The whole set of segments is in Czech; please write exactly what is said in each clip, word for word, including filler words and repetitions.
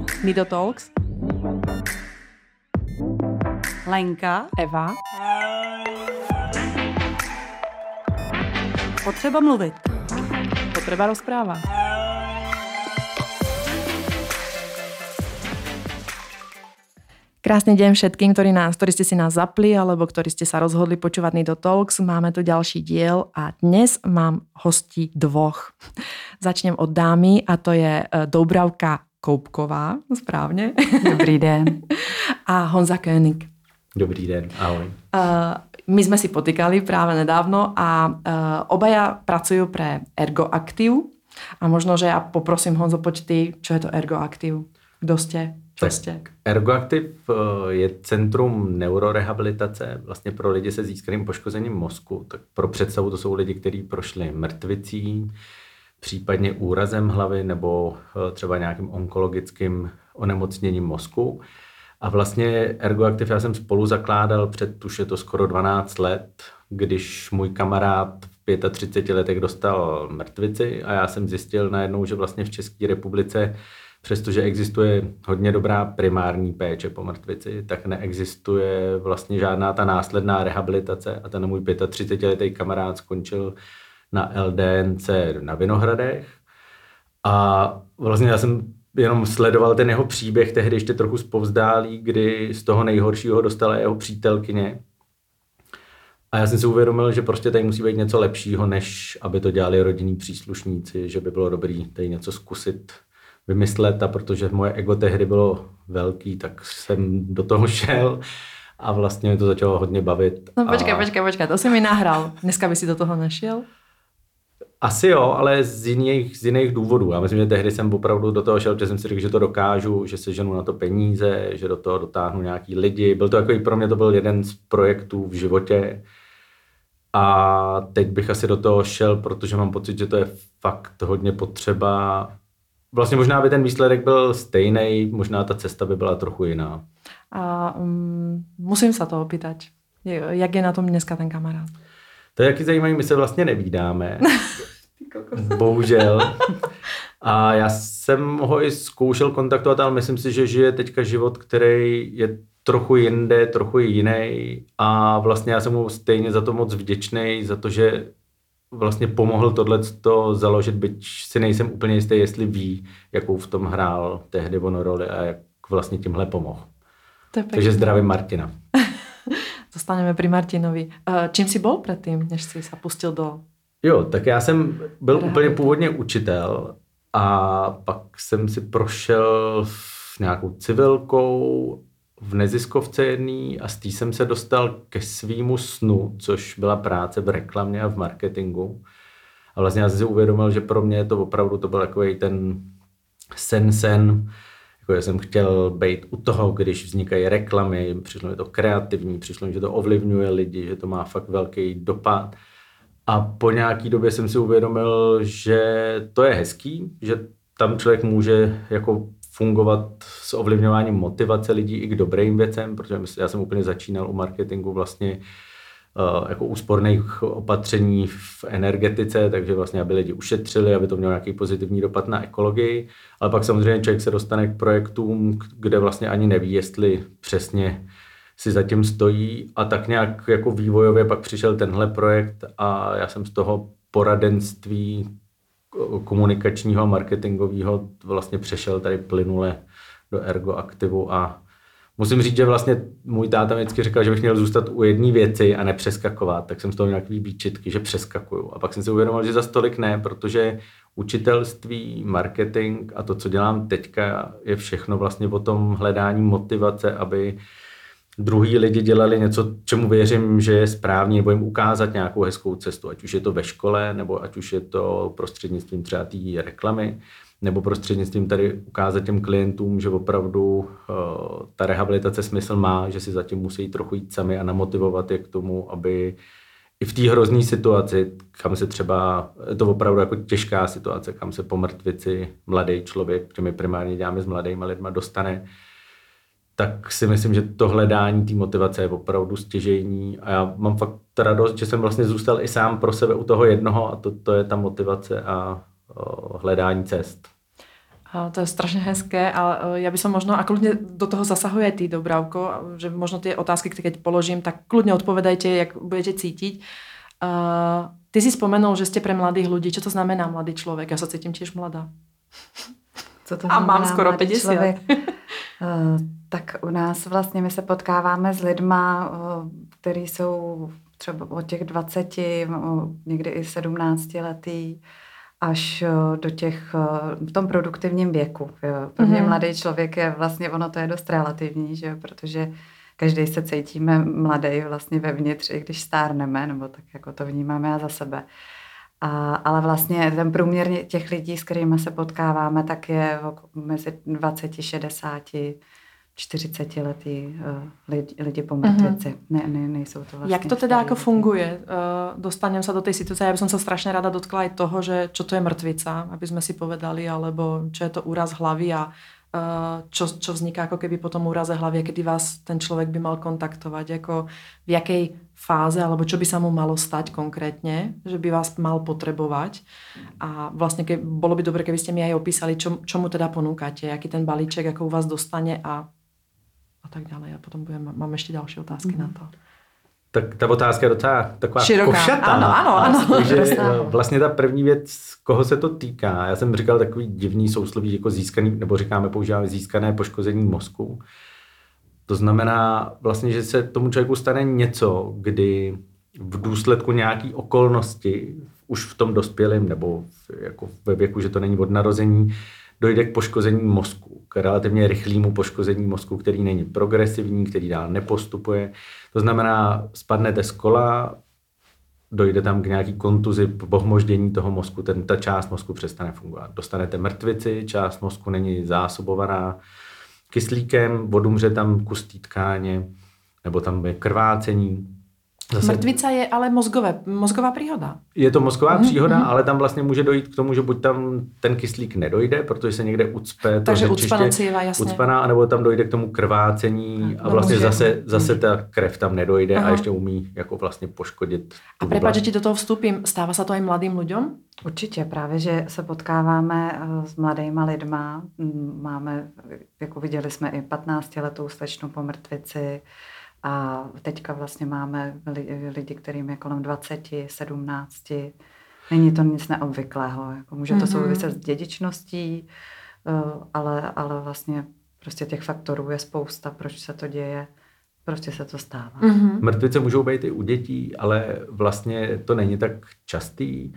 Nido Talks. Lenka. Eva. Potřeba mluvit. Potreba rozpráva. Krásny deň všetkým, ktorí, nás, ktorí ste si nás zapli alebo ktorí ste sa rozhodli počúvať Nido Talks. Máme tu ďalší diel a dnes mám hostí dvoch. Začnem od dámy a to je Doubravka Koupková, správne? Dobrý den. A Honza König. Dobrý den, ahoj. Uh, my sme si potýkali práve nedávno a uh, obaja pracujú pre Ergoaktiv. A možno, že ja poprosím, Honzo, poď ty, čo je to Ergoaktiv? Kdo ste? Čo ste? Ergoaktiv je centrum neurorehabilitace vlastně pro lidi se získaným poškozením mozku. Tak pro představu to jsou lidi, kteří prošli mrtvicí, případně úrazem hlavy nebo třeba nějakým onkologickým onemocněním mozku. A vlastně Ergoaktiv já jsem spolu zakládal před, už je to skoro dvanáct let, když můj kamarád v třiceti pěti letech dostal mrtvici a já jsem zjistil najednou, že vlastně v České republice, přestože existuje hodně dobrá primární péče po mrtvici, tak neexistuje vlastně žádná ta následná rehabilitace a ten můj třicetiletý kamarád skončil na L D N C na Vinohradech a vlastně já jsem jenom sledoval ten jeho příběh, tehdy ještě trochu zpovzdálí, kdy z toho nejhoršího dostala jeho přítelkyně. A já jsem si uvědomil, že prostě tady musí být něco lepšího, než aby to dělali rodinní příslušníci, že by bylo dobrý tady něco zkusit vymyslet, a protože moje ego tehdy bylo velký, tak jsem do toho šel a vlastně mi to začalo hodně bavit. No počkej, a... počkej, počkej, to si mi nahral. Dneska by si do toho nešel? Asi jo, ale z jiných, z jiných důvodů. Já myslím, že tehdy jsem opravdu do toho šel, protože jsem si řekl, že to dokážu, že se ženu na to peníze, že do toho dotáhnu nějaký lidi. Byl to jako, pro mě to byl jeden z projektů v životě. A teď bych asi do toho šel, protože mám pocit, že to je fakt hodně potřeba. Vlastně možná by ten výsledek byl stejný, možná ta cesta by byla trochu jiná. A um, musím se to opýtať. Jak je na tom dneska ten kamarád? To je jaký zajímavý, my se vlastně nevídáme. Bohužel. A já jsem ho i zkoušel kontaktovat, ale myslím si, že žije teďka život, který je trochu jinde, trochu jiný. A vlastně já jsem mu stejně za to moc vděčný, za to, že vlastně pomohl tohleto založit, byť si nejsem úplně jistý, jestli ví, jakou v tom hrál tehdy ono roli a jak vlastně tímhle pomohl. Takže zdravím Martina. Zostaneme pri Martinovi. Čím si bol predtým, než si sa pustil do... Jo, tak já jsem byl úplně původně učitel a pak jsem si prošel nějakou civilkou v neziskovce jedný a z té jsem se dostal ke svýmu snu, což byla práce v reklamě a v marketingu. A vlastně já jsem si uvědomil, že pro mě to opravdu to byl takový ten sen sen, jako jsem chtěl být u toho, když vznikají reklamy, přišlo mi to kreativní, přišlo mi, že to ovlivňuje lidi, že to má fakt velký dopad. A po nějaký době jsem si uvědomil, že to je hezký, že tam člověk může jako fungovat s ovlivňováním motivace lidí i k dobrým věcem, protože já jsem úplně začínal u marketingu vlastně uh, jako úsporných opatření v energetice, takže vlastně aby lidi ušetřili, aby to mělo nějaký pozitivní dopad na ekologii, ale pak samozřejmě člověk se dostane k projektům, kde vlastně ani neví, jestli přesně si zatím stojí, a tak nějak jako vývojově pak přišel tenhle projekt a já jsem z toho poradenství komunikačního a marketingového vlastně přešel tady plynule do Ergoaktivu a musím říct, že vlastně můj táta vždycky říkal, že bych měl zůstat u jedné věci a nepřeskakovat, tak jsem z toho nějaký výčitky, že přeskakuju. A pak jsem si uvědomil, že za stolik ne, protože učitelství, marketing a to, co dělám teďka, je všechno vlastně o tom hledání motivace, aby druhý lidi dělali něco, čemu věřím, že je správně, nebo jim ukázat nějakou hezkou cestu, ať už je to ve škole, nebo ať už je to prostřednictvím třeba té reklamy, nebo prostřednictvím tady ukázat těm klientům, že opravdu uh, ta rehabilitace smysl má, že si zatím musí trochu jít sami a namotivovat je k tomu, aby i v té hrozný situaci, kam se třeba, je to opravdu jako těžká situace, kam se po mrtvici mladý člověk, protože my primárně děláme s mladýma lidma, dostane, tak si myslím, že to hledání té motivace je opravdu stěžejní a já mám fakt radost, že jsem vlastně zůstal i sám pro sebe u toho jednoho a to, to je ta motivace a o, hledání cest. To je strašne hezké a ja by som možno, a kľudne do toho zasahuje aj ty, Dobravko, že možno tie otázky, keď položím, tak kľudne odpovedajte, jak budete cítiť. Uh, ty si spomenul, že ste pre mladých ľudí. Čo to znamená mladý človek? Ja sa cítim tiež mladá. Co to a mám skoro päťdesiat. uh, tak u nás vlastně my se potkáváme s lidma, uh, který jsou třeba od těch dvaceti, uh, někdy i sedmnáctiletý, až do těch, v tom produktivním věku. Jo. Pro mě mm-hmm. mladý člověk je vlastně, ono to je dost relativní, že jo, protože každý se cítíme mladý vlastně vevnitř, i když stárneme, nebo tak jako to vnímáme já za sebe. A, ale vlastně ten průměr těch lidí, s kterými se potkáváme, tak je mezi dvaceti, šedesáti, čtyřicetiletí uh, lidi, lidi po mŕtvici. Mm-hmm. Ne, ne, nejsou to vlastně. Jak to teda ako funguje? Uh, dostanem sa do tej situácie. Ja by som sa strašne rada dotkla aj toho, že čo to je mŕtvica, aby sme si povedali, alebo čo je to úraz hlavy a uh, čo, čo vzniká ako keby po tom úraze hlavy, kedy vás ten človek by mal kontaktovať, ako v jakej fáze, alebo čo by sa mu malo stať konkrétne, že by vás mal potrebovať. A vlastne ke, bolo by dobre, keby ste mi aj opísali, čo, čo mu teda ponúkate, aký ten balíček, ako u vás dostane a a tak dále. A potom budem, mám ještě další otázky mm. na to. Tak ta otázka je docela taková široká. Košatá. Ano, ano, ano. Takže vlastně ta první věc, koho se to týká, já jsem říkal takový divný sousloví, jako získaný, nebo říkáme, používáme získané poškození mozku. To znamená vlastně, že se tomu člověku stane něco, kdy v důsledku nějaký okolnosti, už v tom dospělém, nebo jako ve věku, že to není od narození, dojde k poškození mozku, k relativně rychlému poškození mozku, který není progresivní, který dál nepostupuje. To znamená, spadnete z kola, dojde tam k nějaký kontuzi, pohmoždění toho mozku, ten, ta část mozku přestane fungovat. Dostanete mrtvici, část mozku není zásobovaná kyslíkem, odumře tam kus té tkáně, nebo tam je krvácení. Zase, mrtvica je ale mozgové, mozgová příhoda. Je to mozgová mm, příhoda, mm. ale tam vlastně může dojít k tomu, že buď tam ten kyslík nedojde, protože se někde ucpe to Takže řečiště, ucpaná, anebo tam dojde k tomu krvácení a vlastně může, zase, zase může. Ta krev tam nedojde. Aha. A ještě umí jako vlastně poškodit. A prepáč, že ti do toho vstupím, stává se to aj mladým lidem? Určitě, právě, že se potkáváme s mladýma lidma. Máme, jako viděli jsme i patnáctiletou slečnu po mrtvici, a teďka vlastně máme lidi, kterým je kolem dvaceti, sedmnácti. Není to nic neobvyklého. Jako může to souviset s dědičností, ale, ale vlastně prostě těch faktorů je spousta, proč se to děje, prostě se to stává. Mm-hmm. Mrtvice můžou být i u dětí, ale vlastně to není tak častý.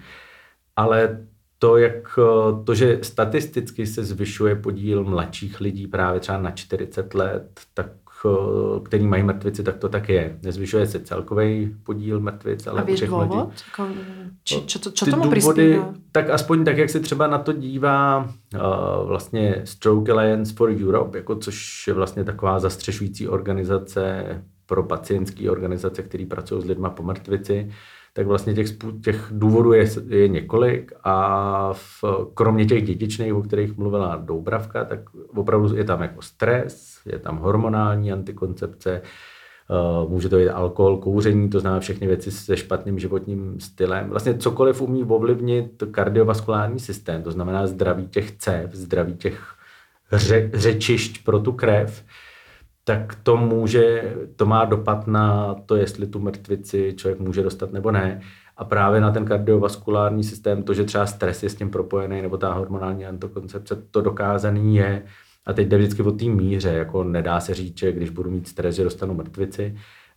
Ale to, jak, to, že statisticky se zvyšuje podíl mladších lidí právě třeba na čtyřicet let, tak který mají mrtvici, tak to tak je. Nezvyšuje se celkový podíl mrtvic, ale a víš důvod? Jako, či, čo, čo, čo tomu prispieva? Tak aspoň tak, jak se třeba na to dívá uh, vlastně Stroke Alliance for Europe, jako což je vlastně taková zastřešující organizace pro pacientské organizace, které pracují s lidma po mrtvici, tak vlastně těch, těch důvodů je, je několik a v, kromě těch dědičných, o kterých mluvila Doubravka, tak opravdu je tam jako stres, je tam hormonální antikoncepce, uh, může to být alkohol, kouření, to znamená všechny věci se špatným životním stylem. Vlastně cokoliv umí ovlivnit kardiovaskulární systém, to znamená zdraví těch cév, zdraví těch ře, řečišť pro tu krev, tak to může, to má dopad na to, jestli tu mrtvici člověk může dostat nebo ne. A právě na ten kardiovaskulární systém, to, že třeba stres je s tím propojený, nebo ta hormonální antikoncepce, to dokázaný je. A teď jde vždycky o té míře, jako nedá se říct, že když budu mít stres, že dostanu mrtvici,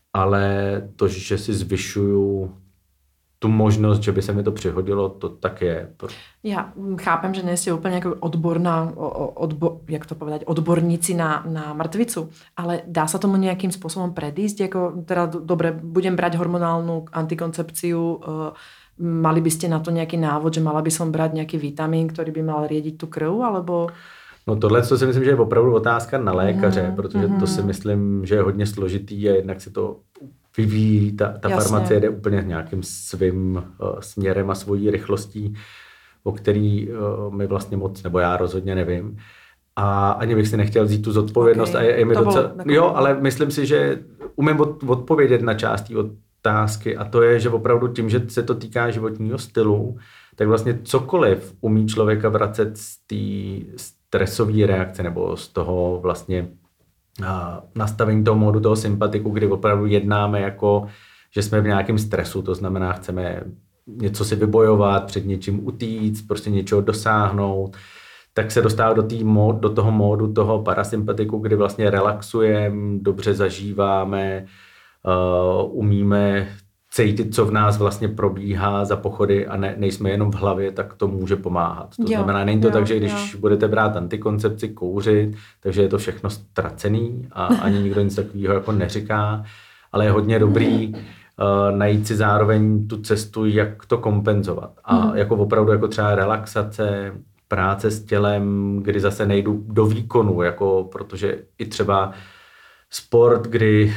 ale to, že si zvyšuju tu možnost, že by se mi to přihodilo, to tak je. Ja chápem, že nie ste úplne ako odborná, odbo, jak to povedať, odborníci na, na mŕtvicu, ale dá sa tomu nejakým spôsobom predísť? Ako, teda, dobre, budem brať hormonálnu antikoncepciu, mali by ste na to nejaký návod, že mala by som brať nejaký vitamín, ktorý by mal riediť tú krv, alebo... No tohle, co si myslím, že je opravdu otázka na lékaře, mm, protože mm. to si myslím, že je hodně složitý a jednak si to vyvíjí, ta, ta farmacie jde úplně nějakým svým uh, směrem a svojí rychlostí, o který uh, my vlastně moc, nebo já rozhodně nevím. A ani bych si nechtěl vzít tu zodpovědnost. Okay. A je, je mi docela, jo, ale myslím si, že umím od, odpovědět na část té otázky a to je, že opravdu tím, že se to týká životního stylu, tak vlastně cokoliv umí člověka vracet z té stresové reakce nebo z toho vlastně a, nastavení toho módu, toho sympatiku, kdy opravdu jednáme jako, že jsme v nějakém stresu, to znamená, chceme něco si vybojovat, před něčím utíct, prostě něčeho dosáhnout, tak se dostává do, tý, do toho módu, toho parasympatiku, kdy vlastně relaxujeme, dobře zažíváme, uh, umíme cítit, co v nás vlastně probíhá za pochody a ne, nejsme jenom v hlavě, tak to může pomáhat. To jo, znamená, není to jo, tak, že když jo. budete brát antikoncepci, kouřit, takže je to všechno ztracený a ani nikdo nic takového jako neříká, ale je hodně dobrý uh, najít si zároveň tu cestu, jak to kompenzovat. A mm. jako opravdu jako třeba relaxace, práce s tělem, kdy zase nejdu do výkonu, jako protože i třeba sport, kdy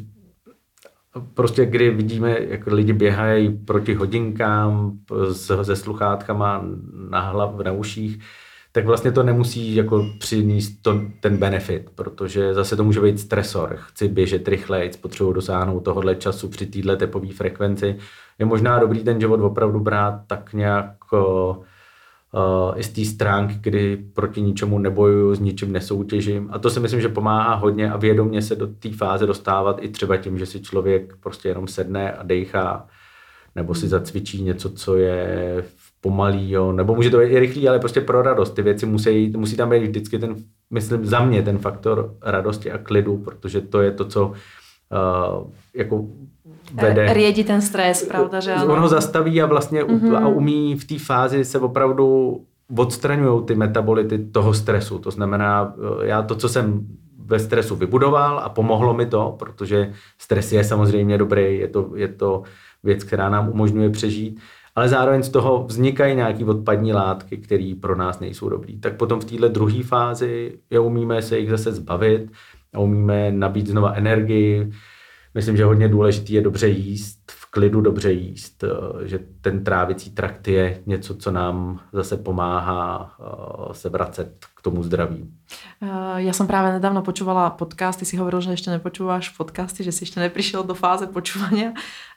prostě kdy vidíme, jak lidi běhají proti hodinkám se sluchátkama na hlav, na uších, tak vlastně to nemusí jako přinést to, ten benefit, protože zase to může být stresor. Chci běžet rychleji, potřebuji dosáhnout tohohle času při téhle tepové frekvenci. Je možná dobrý ten život opravdu brát tak nějak Uh, i z té stránky, kdy proti ničemu nebojuju, s ničím nesoutěžím. A to si myslím, že pomáhá hodně a vědomě se do té fáze dostávat i třeba tím, že si člověk prostě jenom sedne a dejchá, nebo si zacvičí něco, co je pomalý, jo. Nebo může to být i rychlý, ale prostě pro radost. Ty věci musí, musí tam být vždycky ten, myslím, za mě ten faktor radosti a klidu, protože to je to, co uh, jako vede. Riedí ten stres, pravda, že ano. On ho zastaví a vlastně mm-hmm. a umí v té fázi se opravdu odstraňují ty metabolity toho stresu. To znamená, já to, co jsem ve stresu vybudoval a pomohlo mi to, protože stres je samozřejmě dobrý, je to, je to věc, která nám umožňuje přežít, ale zároveň z toho vznikají nějaký odpadní látky, které pro nás nejsou dobrý. Tak potom v téhle druhé fázi je umíme se jich zase zbavit a umíme nabít znova energii. Myslím, že hodně důležitý je dobře jíst, v klidu dobře jíst, že ten trávicí trakt je něco, co nám zase pomáhá se vracet k tomu zdraví. Ja som práve nedávno počúvala podcast, ty si hovoril, že ešte nepočúvaš podcasty, že si ešte neprišiel do fáze počúvania.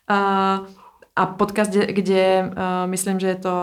A podcast, kde, kde myslím, že je to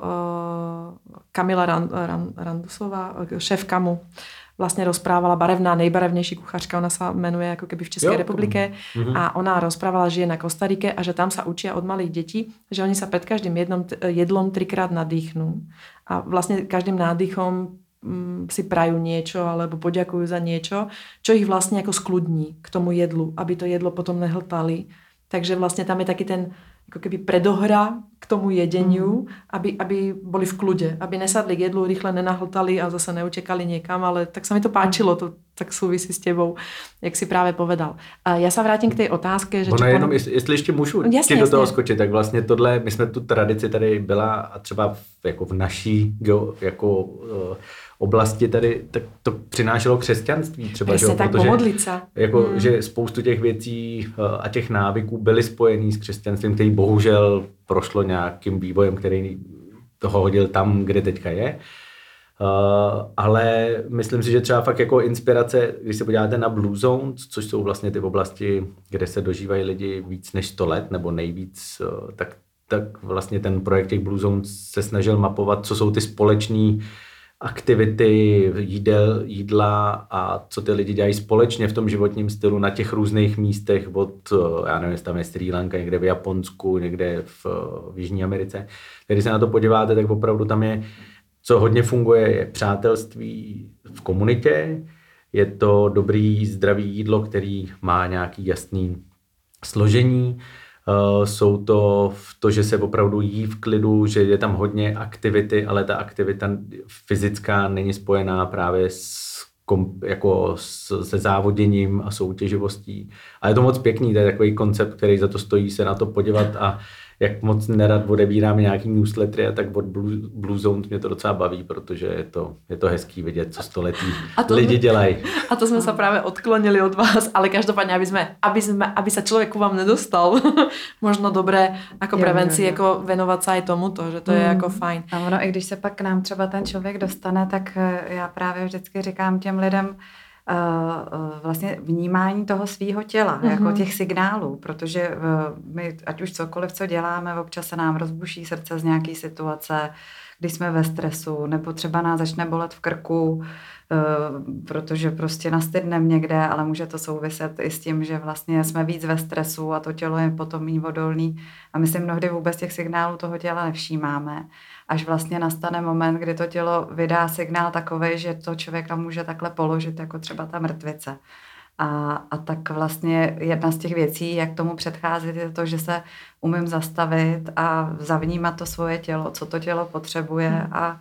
Kamila Randusová, šéf Kamu, vlastne rozprávala, barevná, nejbarevnejší kuchařka, ona sa menuje ako keby v Českej jo, republike mm-hmm. a ona rozprávala, že je na Kostarike a že tam sa učia od malých detí, že oni sa pred každým jednom, jedlom trikrát nadýchnú a vlastne každým nádychom mm, si prajú niečo alebo poďakujú za niečo, čo ich vlastne ako skľudní k tomu jedlu, aby to jedlo potom nehltali. Takže vlastne tam je taký ten ako keby predohra k tomu jedeniu, mm. aby, aby boli v kľude, aby nesadli k jedlu, rýchle nenahltali a zase neutekali niekam, ale tak sa mi to páčilo, to tak súvisí s tebou, jak si práve povedal. A ja sa vrátim k tej otázke, že... Ono jenom, jestli, jestli ještě můžu jasně, ti do toho skočit, tak vlastně tohle, my jsme tu tradici tady byla a třeba v, jako v naší jako uh, oblasti tady, tak to přinášelo křesťanství třeba, Presne, že? Tak protože pomodlit se. Jako, hmm. že spoustu těch věcí a těch návyků byly spojený s křesťanstvím, který bohužel prošlo nějakým vývojem, který toho hodil tam, kde teďka je. Uh, ale myslím si, že třeba fakt jako inspirace, když se podíváte na Blue Zones, což jsou vlastně ty oblasti, kde se dožívají lidi víc než sto let, nebo nejvíc, uh, tak, tak vlastně ten projekt těch Blue Zones se snažil mapovat, co jsou ty společné aktivity, jídel, jídla a co ty lidi dělají společně v tom životním stylu na těch různých místech od, já nevím, jestli tam je Srí Lanka, někde v Japonsku, někde v, v Jižní Americe. Když se na to podíváte, tak opravdu tam je, co hodně funguje, je přátelství v komunitě, je to dobrý, zdravý jídlo, který má nějaký jasný složení. Uh, jsou to v to, že se opravdu jí v klidu, že je tam hodně aktivity, ale ta aktivita fyzická není spojená právě s, kom, jako s, se závoděním a soutěživostí. A je to moc pěkný, to je takový koncept, který za to stojí se na to podívat a jak moc nerad odebíráme nějaký newslettery a tak od Blue, Blue Zones mě to docela baví, protože je to, je to hezký vidět, co století lidi dělají. A to jsme se právě odklonili od vás, ale každopádně, aby, jsme, aby, jsme, aby sa člověk ku vám nedostal, možno dobré jako prevenci, jo, jo, jo. jako venovat se aj tomuto, že to mm. je jako fajn. A ono, i když se pak k nám třeba ten člověk dostane, tak já právě vždycky říkám těm lidem, Uh, uh, vlastně vnímání toho svýho těla, mm-hmm. jako těch signálů, protože uh, my, ať už cokoliv, co děláme, občas se nám rozbuší srdce z nějaký situace, když jsme ve stresu, nebo třeba nás začne bolet v krku, protože prostě nastydneme někde, ale může to souviset i s tím, že vlastně jsme víc ve stresu a to tělo je potom méně odolný a my si mnohdy vůbec těch signálů toho těla nevšímáme. Až vlastně nastane moment, kdy to tělo vydá signál takovej, že to člověka může takhle položit, jako třeba ta mrtvice. A, a tak vlastně jedna z těch věcí, jak tomu předcházet, je to, že se umím zastavit a zavnímat to svoje tělo, co to tělo potřebuje hmm. a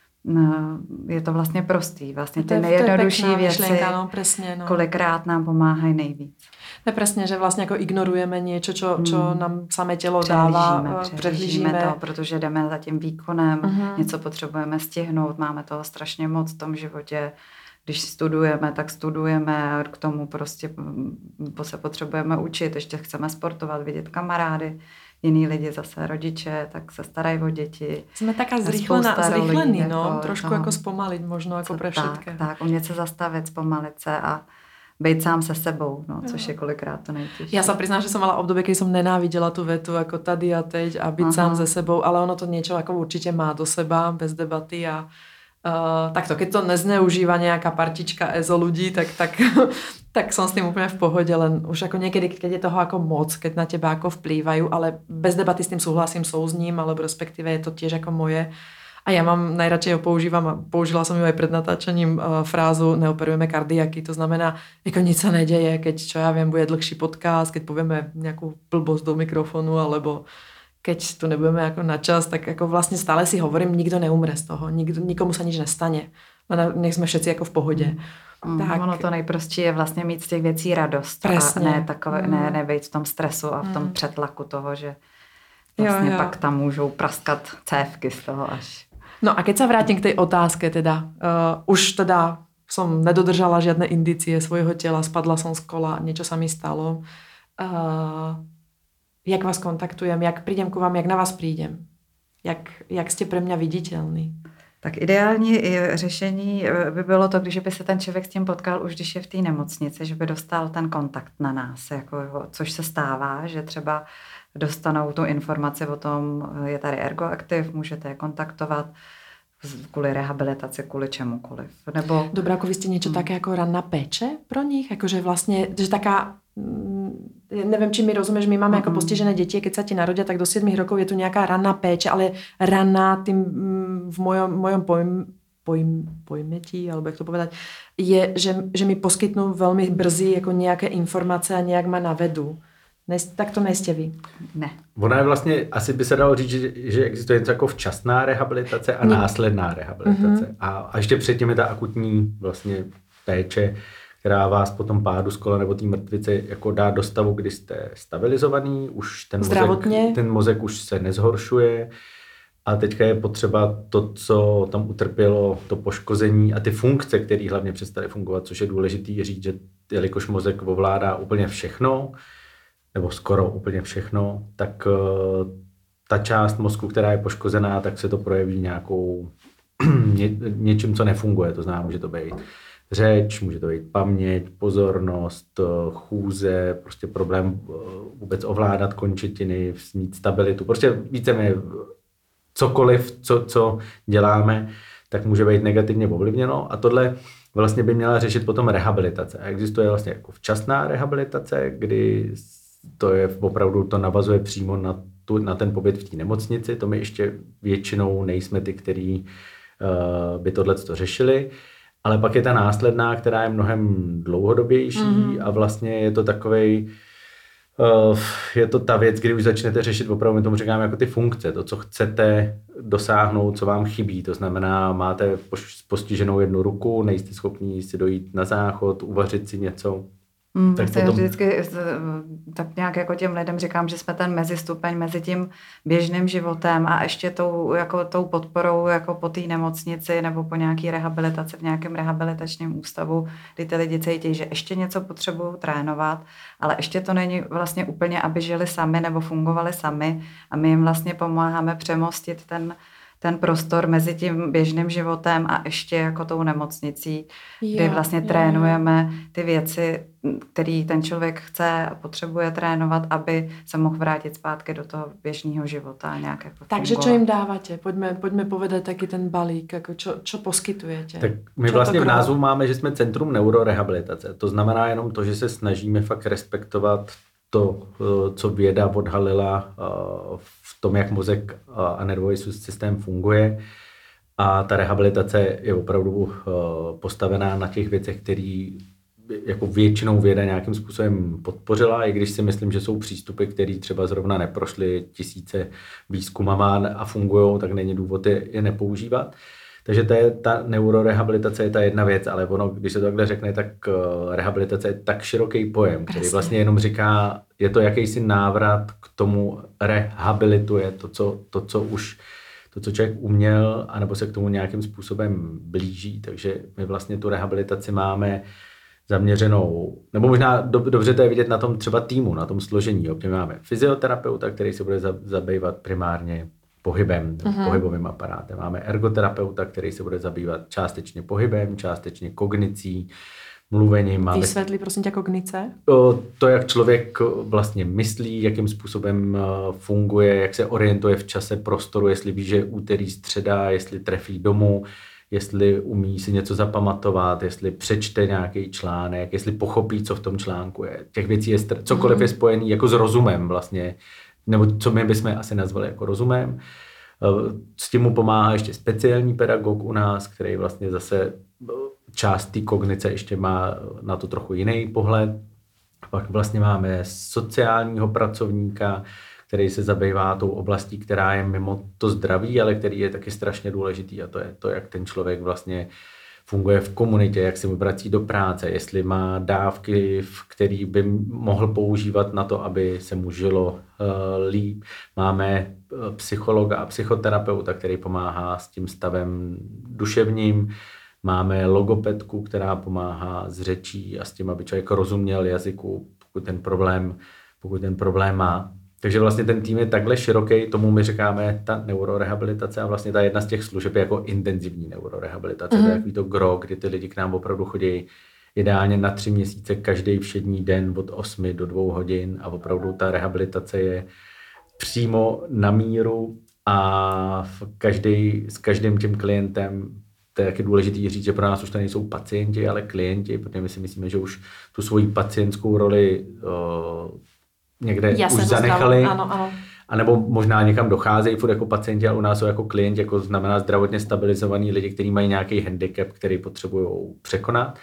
je to vlastně prostý. Vlastně ty nejjednodušší věci, myšlenka, no, presne, no. kolikrát nám pomáhají nejvíc. To je presne, že vlastně jako ignorujeme něco, čo, čo hmm. nám samé tělo přehlížíme, dává. Přehlížíme to, protože jdeme za tím výkonem, uh-huh. něco potřebujeme stihnout, máme toho strašně moc v tom životě. Když studujeme, tak studujeme a k tomu prostě se potřebujeme učit, ještě chceme sportovat, vidět kamarády, jiný lidi zase rodiče, tak se starají o děti. Jsme taká zrychlený, no, jako, trošku no, jako zpomalit možno jako pre všetké. Tak, tak, umět se zastavit, zpomalit se a být sám se sebou, no, což je kolikrát to nejtěžší. Já se přiznám, že jsem mala období, keď som nenávidela tu vetu jako tady a teď a být Aha. sám se sebou, ale ono to niečo jako určitě má do seba, bez debaty a Uh, takto, keď to nezneužíva nejaká partička ezo ľudí, tak, tak, tak som s tým úplne v pohode, len už ako niekedy, keď je toho ako moc, keď na teba ako vplývajú, ale bez debaty s tým súhlasím, souzním, alebo respektíve je to tiež ako moje. A ja mám, najradšej ho používam, a použila som ju aj pred natáčaním uh, frázu neoperujeme kardiaky, to znamená, ako nič sa nedeje, keď, čo ja viem, bude dlhší podcast, keď povieme nejakú blbosť do mikrofonu, alebo keď tu nebudeme jako na čas, tak jako vlastně stále si hovorím, nikdo neumře z toho, nikdo, nikomu se nič nestane. Nech jsme všetci jako v pohodě. Mm, tak. Ono to nejprostší je vlastně mít z těch věcí radost. Presně. A ne, takové, mm. ne, nebejt v tom stresu a v tom mm. přetlaku toho, že vlastně jo, jo. pak tam můžou praskat cévky z toho až. No a keď sa vrátim k tej otázke, teda uh, už teda som nedodržala žiadne indície svojho tela, spadla som z kola, niečo sa mi stalo. Uh, Jak vás kontaktujem, jak prídem ku vám, jak na vás prídem? Jak, jak ste pre mňa viditeľný? Tak ideální řešení by bylo to, když by se ten člověk s tím potkal už když je v té nemocnici, že by dostal ten kontakt na nás, jako, což se stává, že třeba dostanou tu informaci o tom, je tady Ergoaktiv, můžete je kontaktovat kvůli rehabilitaci, kvůli čemukoliv. Nebo... Dobrá, ako vy ste niečo hmm. také ako ranná péče pro nich? Akože vlastne, že taká neviem, či mi rozumieš, my máme mm-hmm. ako postižené deti, keď sa ti narodia, tak do sedem rokov je tu nejaká ranná péče, ale ranná tým v mojom, mojom pojm, pojm, pojmetí, alebo jak to povedať, je, že, že mi poskytnú veľmi brzy ako nejaké informace a nejak ma navedú. Tak to nejste vy. Ne. Ona je vlastně, asi by se dalo říct, že, že existuje něco jako včasná rehabilitace a ne. následná rehabilitace. Mm-hmm. A, a ještě předtím je ta akutní vlastně péče, která vás po tom pádu z kola nebo té mrtvice jako dá do stavu, kdy jste stabilizovaný, už ten mozek, ten mozek už se nezhoršuje a teďka je potřeba to, co tam utrpělo, to poškození a ty funkce, které hlavně přestaly fungovat, což je důležitý říct, že jelikož mozek ovládá úplně všechno, nebo skoro úplně všechno, tak uh, ta část mozku, která je poškozená, tak se to projeví nějakou ně, něčím, co nefunguje, to znamená, může to být řeč, může to být paměť, pozornost, chůze, prostě problém vůbec ovládat končetiny, mít stabilitu, prostě víceméně cokoliv, co, co děláme, tak může být negativně ovlivněno a tohle vlastně by měla řešit potom rehabilitace. A existuje vlastně jako včasná rehabilitace, kdy to je opravdu, to navazuje přímo na, tu, na ten pobyt v té nemocnici, to my ještě většinou nejsme ty, kteří uh, by tohleto řešili. Ale pak je ta následná, která je mnohem dlouhodobější mm-hmm. a vlastně je to takovej, uh, je to ta věc, kdy už začnete řešit opravdu, my tomu říkáme jako ty funkce, to, co chcete dosáhnout, co vám chybí. To znamená, máte postiženou jednu ruku, nejste schopni si dojít na záchod, uvařit si něco. Mm, tak potom... vždycky tak nějak jako těm lidem říkám, že jsme ten mezistupeň mezi tím běžným životem a ještě tou, jako tou podporou jako po té nemocnici nebo po nějaký rehabilitaci v nějakém rehabilitačním ústavu, kdy ty lidi cítí, že ještě něco potřebují trénovat, ale ještě to není vlastně úplně, aby žili sami nebo fungovali sami a my jim vlastně pomáháme přemostit ten ten prostor mezi tím běžným životem a ještě jako tou nemocnicí, jo, kdy vlastně jo, trénujeme ty věci, který ten člověk chce a potřebuje trénovat, aby se mohl vrátit zpátky do toho běžného života a nějak jako Takže čo jim dáváte? Pojďme, pojďme povedat taky ten balík, jako čo, čo poskytujete? Tak my čo vlastně v názvu máme, že jsme Centrum neurorehabilitace. To znamená jenom to, že se snažíme fakt respektovat to, co věda odhalila v tom, jak mozek a nervový systém funguje. A ta rehabilitace je opravdu postavená na těch věcech, které jako většinou věda nějakým způsobem podpořila, i když si myslím, že jsou přístupy, které třeba zrovna neprošly tisíce výzkumama a fungují, tak není důvod je, je nepoužívat. Takže to je, ta neurorehabilitace je ta jedna věc, ale ono, když se to takhle řekne, tak rehabilitace je tak široký pojem, který vlastně jenom říká, je to jakýsi návrat k tomu, rehabilituje to, co, to, co už to, co člověk uměl, anebo se k tomu nějakým způsobem blíží. Takže my vlastně tu rehabilitaci máme zaměřenou, nebo možná do, dobře to je vidět na tom třeba týmu, na tom složení. My máme fyzioterapeuta, který se bude zabývat primárně pohybem, uh-huh. pohybovým aparátem. Máme ergoterapeuta, který se bude zabývat částečně pohybem, částečně kognicí, mluvením. Máme Vysvětli prosím tě kognice. To, jak člověk vlastně myslí, jakým způsobem funguje, jak se orientuje v čase, prostoru, jestli ví, že je úterý, středa, jestli trefí domů, jestli umí si něco zapamatovat, jestli přečte nějaký článek, jestli pochopí, co v tom článku je. Těch věcí je cokoliv je spojený jako s rozumem vlastně, nebo co my bychom asi nazvali jako rozumem. S tím mu pomáhá ještě speciální pedagog u nás, který vlastně zase část té kognice ještě má na to trochu jiný pohled. Pak vlastně máme sociálního pracovníka, který se zabývá tou oblastí, která je mimo to zdraví, ale který je taky strašně důležitý, a to je to, jak ten člověk vlastně funguje v komunitě, jak se mu vrací do práce, jestli má dávky, který by mohl používat na to, aby se mu žilo uh, líp. Máme psychologa a psychoterapeuta, který pomáhá s tím stavem duševním. Máme logopedku, která pomáhá s řečí a s tím, aby člověk rozuměl jazyku, pokud ten problém, pokud ten problém má. Takže vlastně ten tým je takhle široký, tomu my říkáme ta neurorehabilitace, a vlastně ta jedna z těch služeb je jako intenzivní neurorehabilitace. Mm-hmm. To je takový to gro, kdy ty lidi k nám opravdu chodí ideálně na tři měsíce, každý všední den od osmi do dvou hodin, a opravdu ta rehabilitace je přímo na míru a každý, s každým tím klientem, to je taky důležitý říct, že pro nás už to nejsou pacienti, ale klienti, protože my si myslíme, že už tu svoji pacientskou roli uh, někde Jasne, už zanechali, ano, ano. A nebo možná někam docházejí furt jako pacienti, ale u nás jsou jako klienti, jako znamená zdravotně stabilizovaní lidi, kteří mají nějaký handicap, který potřebují překonat.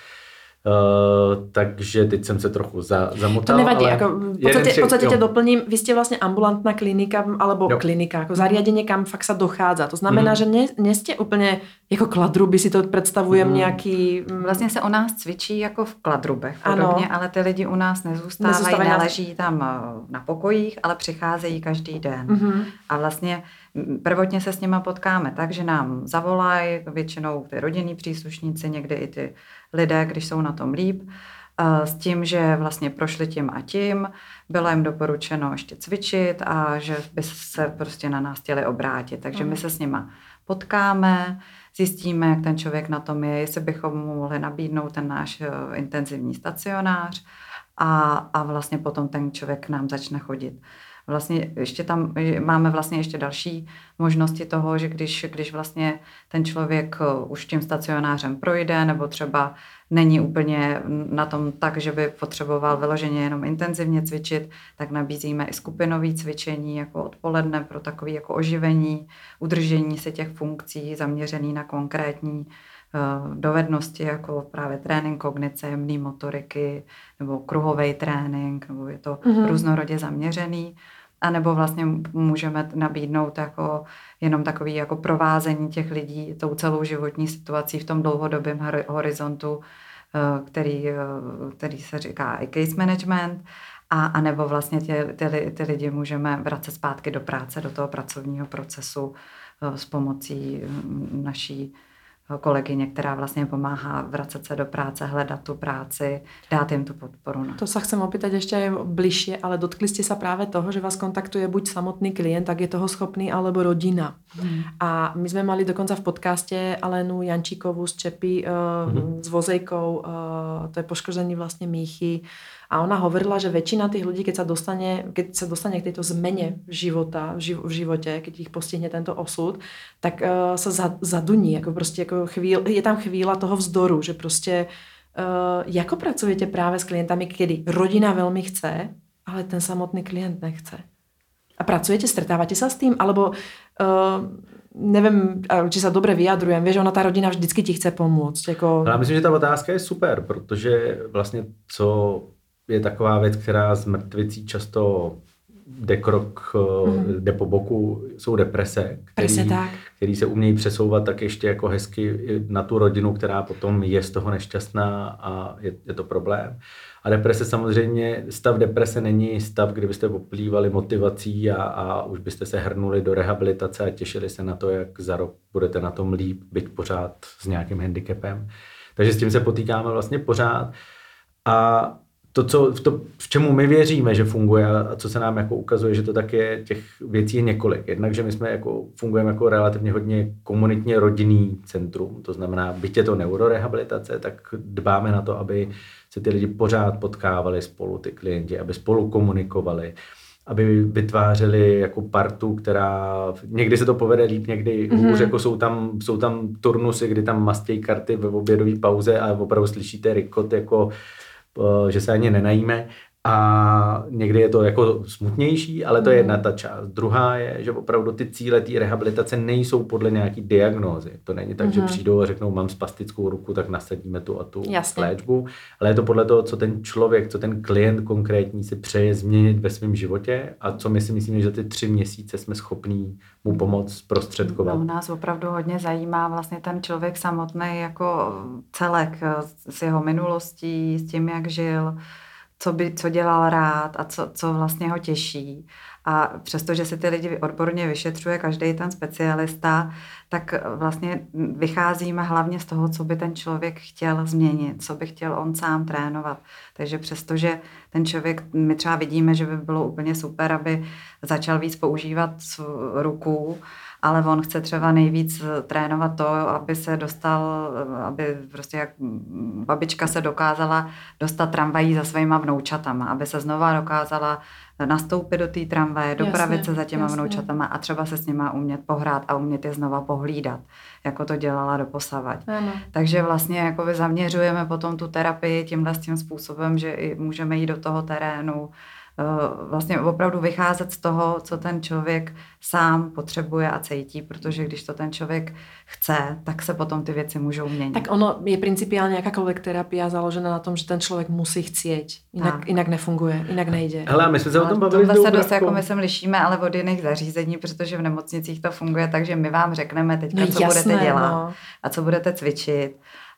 Uh, takže teď jsem se trochu za, zamotal. To nevadí, ako v podstate, v podstate ťa doplním, vy ste vlastne ambulantná klinika, alebo jo. klinika, ako zariadenie, kam fakt sa dochádza. To znamená, mm. že ne, ne ste úplne jako kladruby, si to predstavujem mm. nejaký... Vlastně se u nás cvičí jako v kladrubech podobně, ale ty lidi u nás nezůstávají, nezůstávají neleží tam na pokojích, ale přicházejí každý den. Mm-hmm. A vlastně prvotně se s nima potkáme tak, že nám zavolají většinou ty rodinní příslušníci, někdy i ty lidé, když jsou na tom líp, s tím, že vlastně prošli tím a tím, bylo jim doporučeno ještě cvičit a že by se prostě na nás chtěli obrátit. Takže my se s nima potkáme, zjistíme, jak ten člověk na tom je, jestli bychom mu mohli nabídnout ten náš intenzivní stacionář a, a vlastně potom ten člověk k nám začne chodit. Vlastně ještě tam máme vlastně ještě další možnosti toho, že když, když vlastně ten člověk už tím stacionářem projde nebo třeba není úplně na tom tak, že by potřeboval vyloženě jenom intenzivně cvičit, tak nabízíme i skupinové cvičení jako odpoledne pro takové jako oživení, udržení si těch funkcí zaměřený na konkrétní dovednosti, jako právě trénink kognice, jemné motoriky nebo kruhový trénink, nebo je to mm-hmm. různorodě zaměřený. A nebo vlastně můžeme nabídnout jako jenom takový jako provázení těch lidí tou celou životní situací v tom dlouhodobém horizontu, který, který se říká i case management, a, a nebo vlastně ty, ty, ty lidi můžeme vracet zpátky do práce, do toho pracovního procesu s pomocí naší kolegyně, která vlastně pomáhá vracet se do práce, hledat tu práci, dát jim tu podporu. No. To sa chcem opýtať ešte aj bližšie, ale dotkli ste sa práve toho, že vás kontaktuje buď samotný klient, tak je toho schopný, alebo rodina. Hmm. A my sme mali dokonca v podcaste Alenu Jančíkovú z Čepy uh, hmm. s vozejkou, uh, to je poškození vlastne míchy. A ona hovorila, že väčšina tých ľudí, keď sa dostane, keď sa dostane k tejto zmene života, v živote, keď ich postihne tento osud, tak uh, sa zaduní, ako proste ako chvíľ, je tam chvíľa toho vzdoru, že proste uh, ako pracujete práve s klientami, kedy rodina veľmi chce, ale ten samotný klient nechce. A pracujete, stretávate sa s tým, alebo uh, nevím, či sa dobre vyjadrujem, vieš, ona tá rodina vždycky ti chce pomôcť. Jako... Já myslím, že ta otázka je super, protože vlastně co je taková věc, která z mrtvicí často jde krok, mm. jde po boku, jsou deprese, který, který se umějí přesouvat tak ještě jako hezky na tu rodinu, která potom je z toho nešťastná a je, je to problém. A deprese samozřejmě, stav deprese není stav, kdy byste poplývali motivací a, a už byste se hrnuli do rehabilitace a těšili se na to, jak za rok budete na tom líp, byť pořád s nějakým handicapem. Takže s tím se potýkáme vlastně pořád. A to, co, to, v čemu my věříme, že funguje a co se nám jako ukazuje, že to tak je, těch věcí je několik. Jednak, že my jsme jako, fungujeme jako relativně hodně komunitně rodinný centrum, to znamená, byť je to neurorehabilitace, tak dbáme na to, aby se ty lidi pořád potkávali spolu, ty klienti, aby spolu komunikovali, aby vytvářeli jako partu, která, někdy se to povede líp, někdy mm-hmm. hůř, jako jsou tam, jsou tam turnusy, kdy tam mastějí karty ve obědové pauze a opravdu slyšíte rykot, jako že se ani nenajíme a někdy je to jako smutnější, ale to je jedna ta část. Druhá je, že opravdu ty cíle té rehabilitace nejsou podle nějaký diagnózy. To není tak, mm-hmm. že přijdou a řeknou, mám spastickou ruku, tak nasadíme tu a tu Jasně. léčbu, ale je to podle toho, co ten člověk, co ten klient konkrétní si přeje změnit ve svém životě a co my si myslíme, že ty tři měsíce jsme schopní mu pomoct zprostředkovat. No, nás opravdu hodně zajímá vlastně ten člověk samotný jako celek s jeho minulostí, s tím, jak žil, co, by, co dělal rád a co, co vlastně ho těší. A přestože si ty lidi odborně vyšetřuje každý ten specialista, tak vlastně vycházíme hlavně z toho, co by ten člověk chtěl změnit, co by chtěl on sám trénovat. Takže přestože ten člověk, my třeba vidíme, že by bylo úplně super, aby začal víc používat ruku, ale on chce třeba nejvíc trénovat to, aby se dostal, aby prostě jak babička se dokázala dostat tramvají za svýma vnoučatama, aby se znova dokázala nastoupit do té tramvaje, dopravit jasně, se za těma jasně. vnoučatama a třeba se s nima umět pohrát a umět je znova pohlídat, jako to dělala doposavať. Ano. Takže vlastně jako zaměřujeme potom tu terapii tímhle tím způsobem, že i můžeme jít do toho terénu, vlastně opravdu vycházet z toho, co ten člověk sám potřebuje a cítí, protože když to ten člověk chce, tak se potom ty věci můžou měnit. Tak ono je principiálně jakákoliv terapia založena na tom, že ten člověk musí chcieť, jinak, jinak nefunguje, jinak nejde. Hele, my jsme se o tom bavili. Tohle se dost jako my se lišíme, ale od jiných zařízení, protože v nemocnicích to funguje, takže my vám řekneme teďka, no, co jasné, budete dělat no. a co budete cvičit.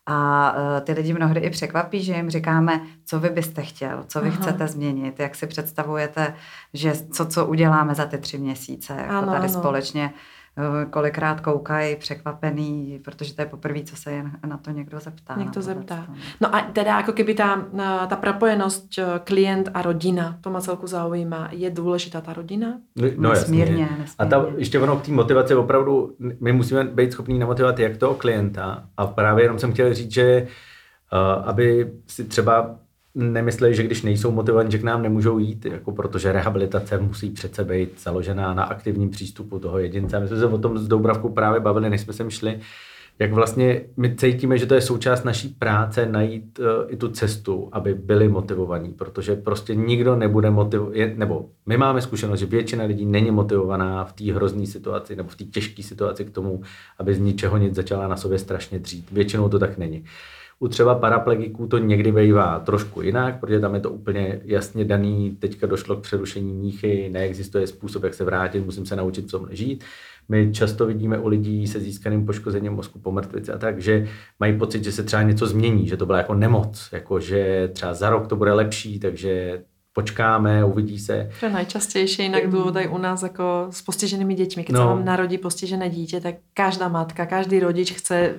A uh, ty lidi mnohdy i překvapí, že jim říkáme, co vy byste chtěl, co vy Aha. chcete změnit, jak si představujete, že co, co uděláme za ty tři měsíce, jako ano, tady ano. společně uh, kolikrát koukají překvapený, protože to je poprvé, co se jen na to někdo zeptá. Někdo zeptá. No a teda jako keby ta, ta propojenost klient a rodina, to ma celku zaujíma. Je důležitá ta rodina? No nesmírně. A ta, ještě ono k té motivaci opravdu, my musíme být schopní namotivovat jak toho klienta a právě jenom jsem chtěl říct, že uh, aby si třeba nemysleli, že když nejsou motivovaní, že k nám nemůžou jít, jako protože rehabilitace musí přece být založená na aktivním přístupu toho jedince. My jsme se o tom s Doubravkou právě bavili, než jsme sem šli, jak vlastně my cítíme, že to je součást naší práce najít uh, i tu cestu, aby byli motivovaní, protože prostě nikdo nebude motivovat, nebo my máme zkušenost, že většina lidí není motivovaná v té hrozné situaci nebo v té těžké situaci k tomu, aby z ničeho nic začala na sobě strašně dřít. Většinou to tak není. U třeba paraplegiků to někdy bývá trošku jinak, protože tam je to úplně jasně daný, teďka došlo k přerušení míchy, neexistuje způsob, jak se vrátit, musím se naučit v tom žít. My často vidíme u lidí se získaným poškozením mozku po mrtvici a tak, že mají pocit, že se třeba něco změní, že to byla jako nemoc, jako že třeba za rok to bude lepší, takže počkáme, uvidí se. To je najčastejšie inak dôvod aj u nás ako s postiženými deťmi. Keď no. sa vám narodí postižené dieťa, tak každá matka, každý rodič chce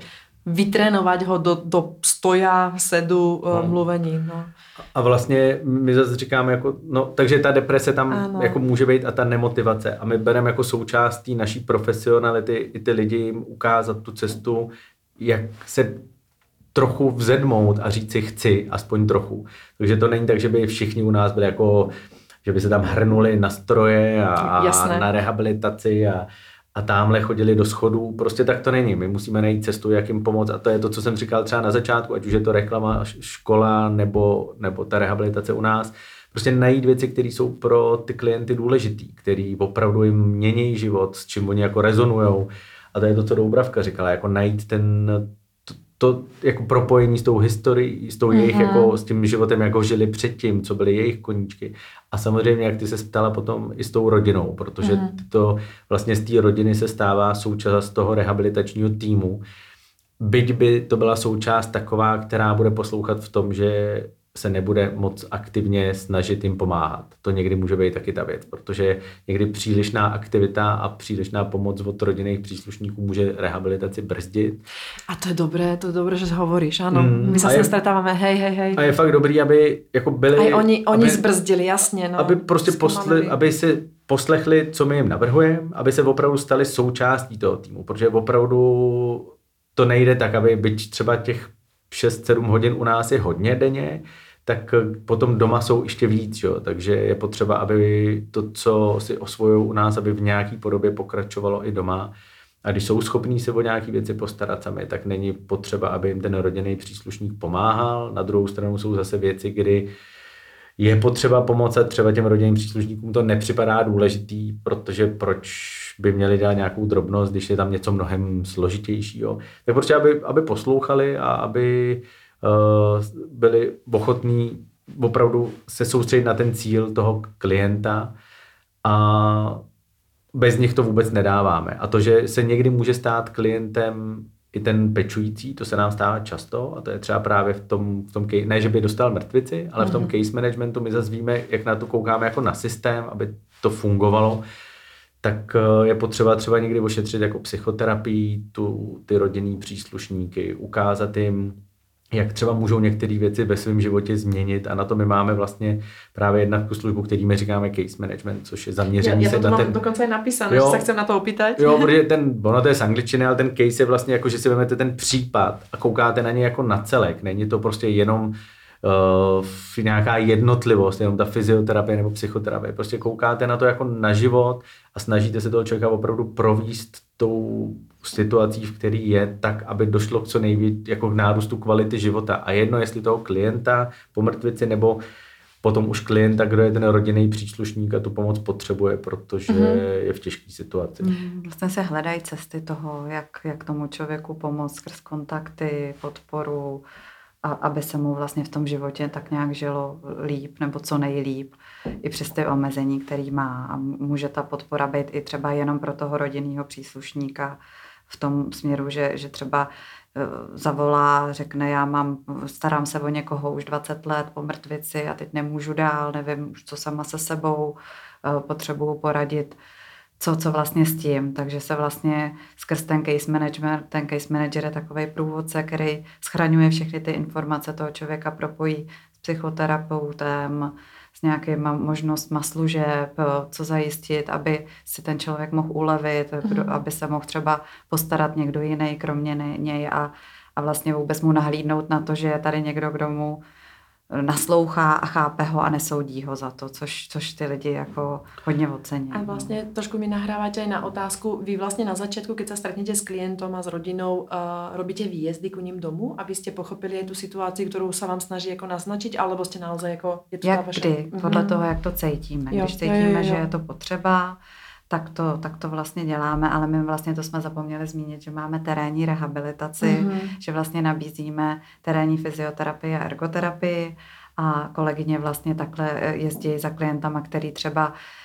vytrénovat ho do, do stoja, sedu, no. mluvení. No. A vlastně my zase říkáme, jako, no, takže ta deprese tam ano. jako může být a ta nemotivace. A my bereme jako součástí naší profesionality i ty lidi jim ukázat tu cestu, jak se trochu vzedmout a říct si chci, aspoň trochu. Takže to není tak, že by všichni u nás byli jako, že by se tam hrnuli na stroje a, a na rehabilitaci a, a tamhle chodili do schodů. Prostě tak to není. My musíme najít cestu, jak jim pomoct. A to je to, co jsem říkal třeba na začátku, ať už je to reklama, škola nebo, nebo ta rehabilitace u nás. Prostě najít věci, které jsou pro ty klienty důležitý, který opravdu jim mění život, s čím oni jako rezonujou. A to je to, co Doubravka říkala, jako najít ten to jako propojení s tou historií, s tou mm-hmm. jejich jako s tím životem, jako žili předtím, co byly jejich koníčky. A samozřejmě, jak ty se ptala potom i s tou rodinou, protože mm-hmm. to vlastně z té rodiny se stává součást toho rehabilitačního týmu. Byť by to byla součást taková, která bude poslouchat v tom, že se nebude moc aktivně snažit jim pomáhat. To někdy může být taky ta věc, protože někdy přílišná aktivita a přílišná pomoc od rodinných příslušníků může rehabilitaci brzdit. A to je dobré, to je dobré, že hovoríš, ano. Mm, My se stretáváme, hej, hej, hej. A je fakt dobrý, aby jako byli... A oni, oni aby, zbrzdili, jasně. No, aby prostě posle, aby si poslechli, co my jim navrhujeme, aby se opravdu stali součástí toho týmu, protože opravdu to nejde tak, aby byť třeba těch šest sedm hodin u nás je hodně denně, tak potom doma jsou ještě víc, jo? Takže je potřeba, aby to, co si osvojují u nás, aby v nějaký podobě pokračovalo i doma. A když jsou schopní se o nějaké věci postarat sami, tak není potřeba, aby jim ten rodinný příslušník pomáhal. Na druhou stranu jsou zase věci, kdy je potřeba pomoct a třeba těm rodinným příslušníkům to nepřipadá důležitý, protože proč by měli dělat nějakou drobnost, když je tam něco mnohem složitějšího. Tak prostě, aby, aby poslouchali a aby uh, byli ochotní opravdu se soustředit na ten cíl toho klienta a bez nich to vůbec nedáváme. A to, že se někdy může stát klientem i ten pečující, to se nám stává často a to je třeba právě v tom, v tom ne, že by dostal mrtvici, ale v tom case managementu my zase víme, jak na to koukáme jako na systém, aby to fungovalo, tak je potřeba třeba někdy ošetřit jako psychoterapii tu, ty rodinný příslušníky, ukázat jim, jak třeba můžou některé věci ve svém životě změnit a na to my máme vlastně právě jednu službu, který my říkáme case management, což je zaměření já, se já to na mám ten... dokonce je napísané, že se chcem na to opýtať. Jo, protože ten, ono to je z angličtiny, ale ten case je vlastně jako, že si vezmete ten případ a koukáte na něj jako na celek. Není to prostě jenom uh, nějaká jednotlivost, jenom ta fyzioterapie nebo psychoterapie. Prostě koukáte na to jako na život a snažíte se toho člověka opravdu províst tou situací, v který je, tak, aby došlo k co nejvíc jako k nárůstu kvality života. A jedno, jestli toho klienta po mrtvici, nebo potom už klienta, kdo je ten rodinný příslušník a tu pomoc potřebuje, protože mm-hmm. je v těžké situaci. Mm, vlastně se hledají cesty toho, jak, jak tomu člověku pomoct skrz kontakty, podporu, a aby se mu vlastně v tom životě tak nějak žilo líp, nebo co nejlíp, i přes ty omezení, který má. A může ta podpora být i třeba jenom pro toho rodinného příslušníka v tom směru, že, že třeba zavolá, řekne, já mám, starám se o někoho už dvacet let po mrtvici a teď nemůžu dál, nevím už co sama se sebou, potřebuju poradit, co, co vlastně s tím. Takže se vlastně skrz ten case management, ten case manager je takovej průvodce, který schraňuje všechny ty informace toho člověka, propojí s psychoterapeutem, s nějakýma možnostma služeb, co zajistit, aby si ten člověk mohl ulevit, mm. aby se mohl třeba postarat někdo jiný, kromě něj a, a vlastně vůbec mu nahlídnout na to, že je tady někdo, kdo mu naslouchá a chápe ho a nesoudí ho za to, což, což ty lidi jako hodně ocení. A vlastně trošku mi nahrávate aj na otázku, vy vlastně na začiatku, keď sa stretnete s klientom a s rodinou, uh, robíte výjezdy ku ním domů, aby ste pochopili aj tú situáciu, ktorú sa vám snaží jako naznačiť, alebo ste naozaj jako... Je to jak vaše... kdy, podle mm-hmm. toho, jak to cítíme. Jo, Když cítíme, jo, jo, jo. že je to potřeba, tak to, tak to vlastně děláme, ale my vlastně to jsme zapomněli zmínit, že máme terénní rehabilitaci, mm-hmm. že vlastně nabízíme terénní fyzioterapii a ergoterapii a kolegyně vlastně takhle jezdí za klientama, který třeba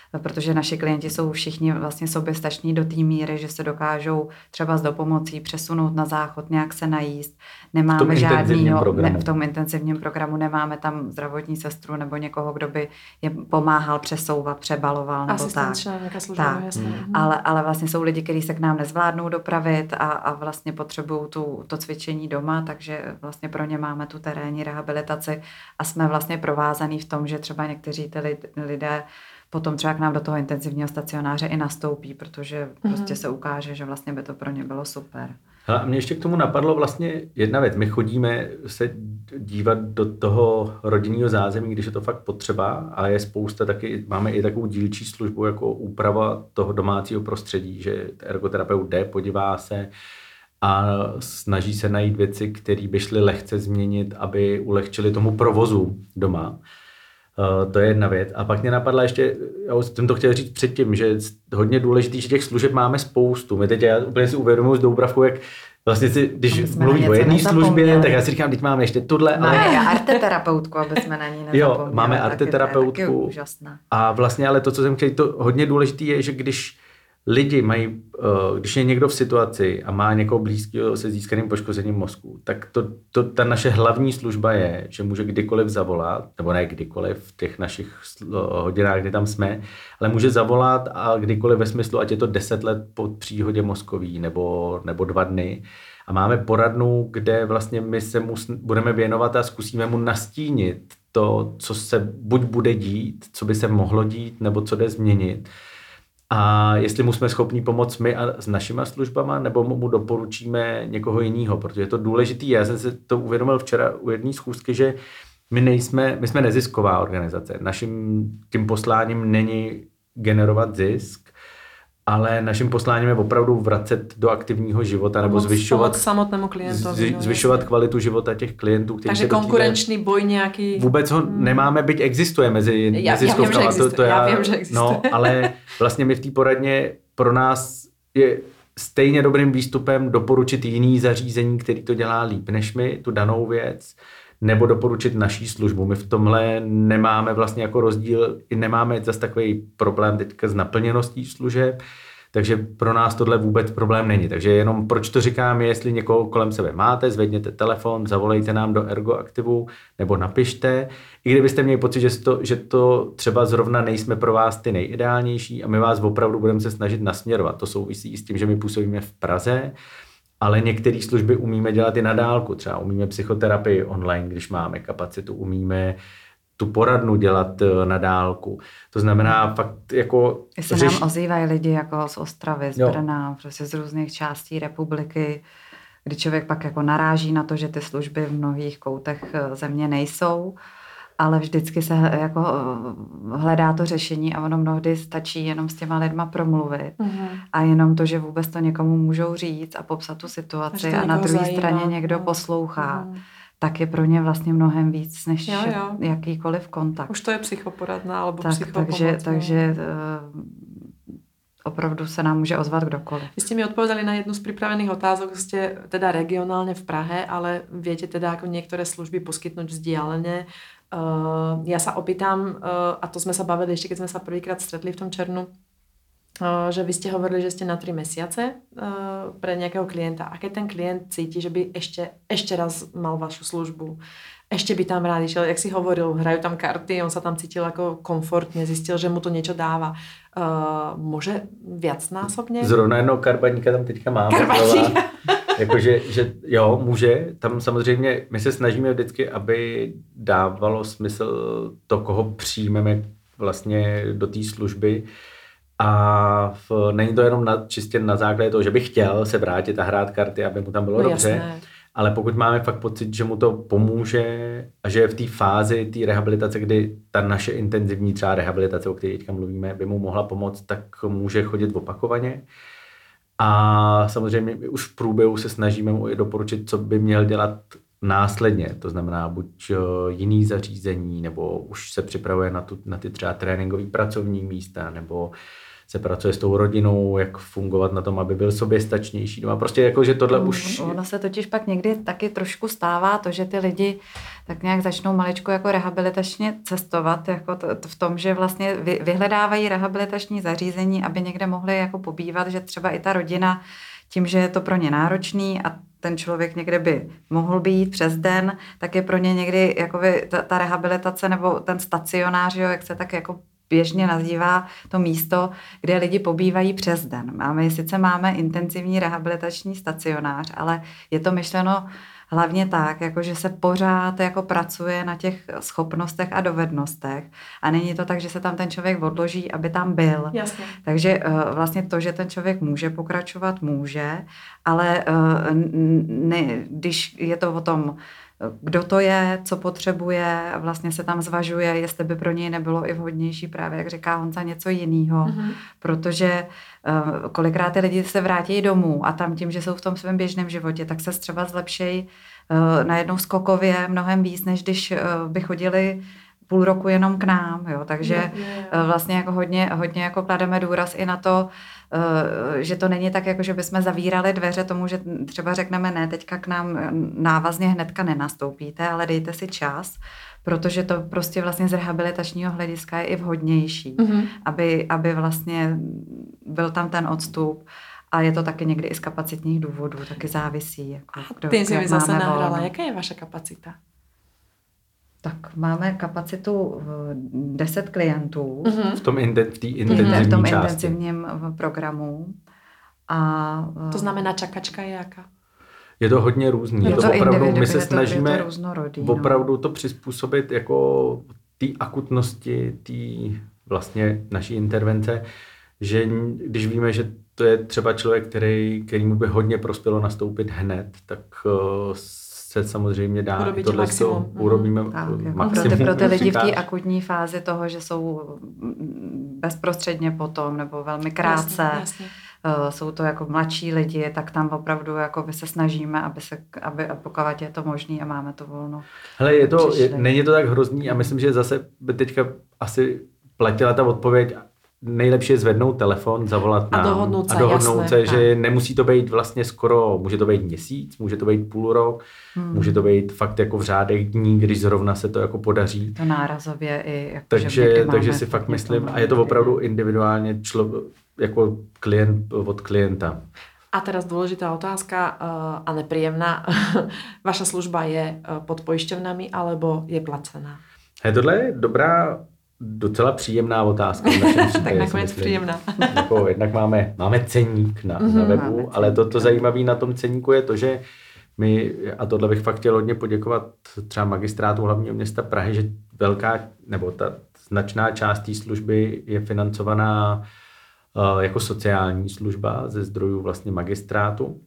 protože naši klienti jsou všichni vlastně soběstační do té míry, že se dokážou třeba s dopomocí přesunout na záchod, nějak se najíst. Nemáme žádný, ne, v tom intenzivním programu nemáme tam zdravotní sestru nebo někoho, kdo by je pomáhal přesouvat, přebaloval nebo tak. Nějaká služba, tak. Jasně. Hmm. Ale, ale vlastně jsou lidi, kteří se k nám nezvládnou dopravit a, a vlastně potřebují tu, to cvičení doma, takže vlastně pro ně máme tu terénní rehabilitaci a jsme vlastně provázaný v tom, že třeba někteří ty lidé potom třeba k nám do toho intenzivního stacionáře i nastoupí, protože mm-hmm. prostě se ukáže, že vlastně by to pro ně bylo super. Hele, a mě ještě k tomu napadlo vlastně jedna věc. My chodíme se dívat do toho rodinného zázemí, když je to fakt potřeba a je spousta taky, máme i takovou dílčí službu jako úprava toho domácího prostředí, že ergoterapeut jde, podívá se a snaží se najít věci, které by šly lehce změnit, aby ulehčili tomu provozu doma. Uh, to je jedna věc. A pak mě napadla ještě, já jsem to chtěl říct předtím, že je hodně důležitý, že těch služeb máme spoustu. My teď já úplně si uvědomuji s Doubravkou, jak vlastně si, když mluví o jedné službě, tak já si říkám, teď máme ještě tohle. Máme ale... arteterapeutku, aby jsme na ní nezapomněli. Jo, máme arteterapeutku. A vlastně ale to, co jsem chtěl, to hodně důležitý je, že když lidi mají, když je někdo v situaci a má někoho blízkého se získaným poškozením mozku, tak to, to, ta naše hlavní služba je, že může kdykoliv zavolat, nebo ne kdykoliv v těch našich hodinách, kdy tam jsme, ale může zavolat a kdykoliv ve smyslu, ať je to deset let po příhodě mozkový nebo, nebo dva dny. A máme poradnu, kde vlastně my se mu budeme věnovat a zkusíme mu nastínit to, co se buď bude dít, co by se mohlo dít, nebo co jde změnit. A jestli mu jsme schopni pomoct my a s našima službama, nebo mu doporučíme někoho jiného, protože je to důležitý. Já jsem si to uvědomil včera u jedné schůzky, že my nejsme, my jsme nezisková organizace. Naším tím posláním není generovat zisk, ale naším posláním je opravdu vracet do aktivního života nebo zvyšovat samotnému klientovi. No, zvyšovat kvalitu života těch klientů, kteří Takže konkurenční boj nějaký... Vůbec ho nemáme, byť existuje mezi já, neziskovkama. Já vím, že existuje. To, to já, já vím, že existuje. No, ale vlastně my v té poradně pro nás je stejně dobrým výstupem doporučit jiný zařízení, který to dělá líp než my, tu danou věc, nebo doporučit naší službu. My v tomhle nemáme vlastně jako rozdíl, i nemáme zase takový problém teďka s naplněností služeb, takže pro nás tohle vůbec problém není. Takže jenom proč to říkám, jestli někoho kolem sebe máte, zvedněte telefon, zavolejte nám do Ergoaktivu nebo napište. I kdybyste měli pocit, že to, že to třeba zrovna nejsme pro vás ty nejideálnější a my vás opravdu budeme se snažit nasměrovat. To souvisí s tím, že my působíme v Praze, ale některé služby umíme dělat i na dálku. Třeba umíme psychoterapii online, když máme kapacitu, umíme tu poradnu dělat na dálku. To znamená fakt jako... Se řeš... nám ozývají lidi jako z Ostravy, z Brna, prostě z různých částí republiky, kdy člověk pak jako naráží na to, že ty služby v mnohých koutech země nejsou, ale vždycky se jako hledá to řešení a ono mnohdy stačí jenom s těma lidma promluvit. Mm-hmm. A jenom to, že vůbec to někomu můžou říct a popsat tu situaci a, a na druhé straně někdo poslouchá. Mm-hmm. Tak je pro ně vlastně mnohem víc, než jo, jo. jakýkoliv kontakt. Už to je psychoporadná alebo tak, psychopomoc. Takže, takže uh, opravdu se nám může ozvat kdokoliv. Vy ste mi odpovedali na jednu z pripravených otázok, ste teda regionálne v Prahe, ale viete teda ako niektoré služby poskytnúť vzdialene. Uh, ja sa opýtam, uh, a to sme sa bavili ešte, keď sme sa prvýkrát stretli v tom Černu, Uh, že vy ste hovorili, že ste na tri mesiace uh, pre nejakého klienta. A keď ten klient cíti, že by ešte, ešte raz mal vašu službu, ešte by tam rád išiel, jak si hovoril, hrajú tam karty, on sa tam cítil ako komfortne, zistil, že mu to niečo dáva. Uh, môže viacnásobne? Zrovna jednou karbaníka tam teďka máme. Karbaníka. Jakože, že jo, může. Tam samozřejmě, my se snažíme vždycky, aby dávalo smysl to, koho přijmeme vlastně do té služby. A v, není to jenom na, čistě na základě toho, že bych chtěl se vrátit a hrát karty, aby mu tam bylo no, dobře, jasné. Ale pokud máme fakt pocit, že mu to pomůže a že je v té fázi té rehabilitace, kdy ta naše intenzivní třeba rehabilitace, o které teďka mluvíme, by mu mohla pomoct, tak může chodit opakovaně. A samozřejmě už v průběhu se snažíme mu i doporučit, co by měl dělat následně, to znamená buď jiný zařízení, nebo už se připravuje na, tu, na ty třeba tréninkové pracovní místa, nebo se pracuje s tou rodinou, jak fungovat na tom, aby byl soběstačnější. No a prostě jako, že tohle mm, už... Ono se totiž pak někdy taky trošku stává to, že ty lidi tak nějak začnou maličko jako rehabilitačně cestovat, jako to, to v tom, že vlastně vy, vyhledávají rehabilitační zařízení, aby někde mohli jako pobývat, že třeba i ta rodina tím, že je to pro ně náročný a ten člověk někde by mohl být přes den, tak je pro ně někdy jakoby ta, ta rehabilitace nebo ten stacionář, jo, jak se tak jako běžně nazývá to místo, kde lidi pobývají přes den. Máme, sice máme intenzivní rehabilitační stacionář, ale je to myšleno hlavně tak, jako že se pořád jako pracuje na těch schopnostech a dovednostech a není to tak, že se tam ten člověk odloží, aby tam byl. Jasně. Takže uh, vlastně to, že ten člověk může pokračovat, může, ale uh, ne, když je to o tom, kdo to je, co potřebuje, vlastně se tam zvažuje, jestli by pro něj nebylo i vhodnější právě, jak říká Honza, něco jiného, mm-hmm. protože uh, kolikrát ty lidi se vrátí domů a tam tím, že jsou v tom svém běžném životě, tak se třeba zlepšejí uh, najednou skokově mnohem víc, než když uh, by chodili půl roku jenom k nám, jo, takže je, je, je. vlastně jako hodně, hodně jako klademe důraz i na to, že to není tak, jako že bychom zavírali dveře tomu, že třeba řekneme ne, teďka k nám návazně hnedka nenastoupíte, ale dejte si čas, protože to prostě vlastně z rehabilitačního hlediska je i vhodnější, mm-hmm. aby, aby vlastně byl tam ten odstup. A je to taky někdy i z kapacitních důvodů, taky závisí. Jako, kdo, Ty jsi mi zase nahrala. Volno. Jaká je vaše kapacita? Tak máme kapacitu deset klientů. Mm-hmm. V tom inten, v intenzivní v tom části. intenzivním programu. A, to znamená, čakačka je jaká? Je to hodně různý. Je to to opravdu, my se je to, snažíme je to různorodý, opravdu no. to přizpůsobit jako té akutnosti, té vlastně naší intervence, že když víme, že to je třeba člověk, který, kterýmu by hodně prospělo nastoupit hned, tak se samozřejmě dá urobit tohle maximum. urobíme tak, jako maximum. Pro ty, pro ty lidi v té akutní fázi toho, že jsou bezprostředně potom nebo velmi krátce, jasně, jasně. Uh, jsou to jako mladší lidi, tak tam opravdu jako by se snažíme, aby se, aby pokud je to možný a máme to volno. Hele, je to, je, není to tak hrozný a myslím, že zase by teďka asi platila ta odpověď. Nejlepší je zvednout telefon, zavolat nám a dohodnout se, a dohodnout jasné, se že nemusí to být vlastně skoro, může to být měsíc, může to být půl rok, hmm. může to být fakt jako v řádech dní, když zrovna se to jako podaří. To nárazově i jako, takže, takže si fakt myslím, a je to opravdu individuálně člo, jako klient od klienta. A teraz dôležitá otázka a nepríjemná. Vaša služba je pod pojišťovnami alebo je placená? He, tohle je dobrá docela příjemná otázka. Tak nakonec příjemná. Jako, jednak máme, máme ceník na, mm-hmm, na webu, ale to, to zajímavé na tom ceníku je to, že my, a tohle bych fakt chtěl hodně poděkovat třeba magistrátu hlavního města Prahy, že velká, nebo ta značná část té služby je financovaná uh, jako sociální služba ze zdrojů vlastně magistrátu.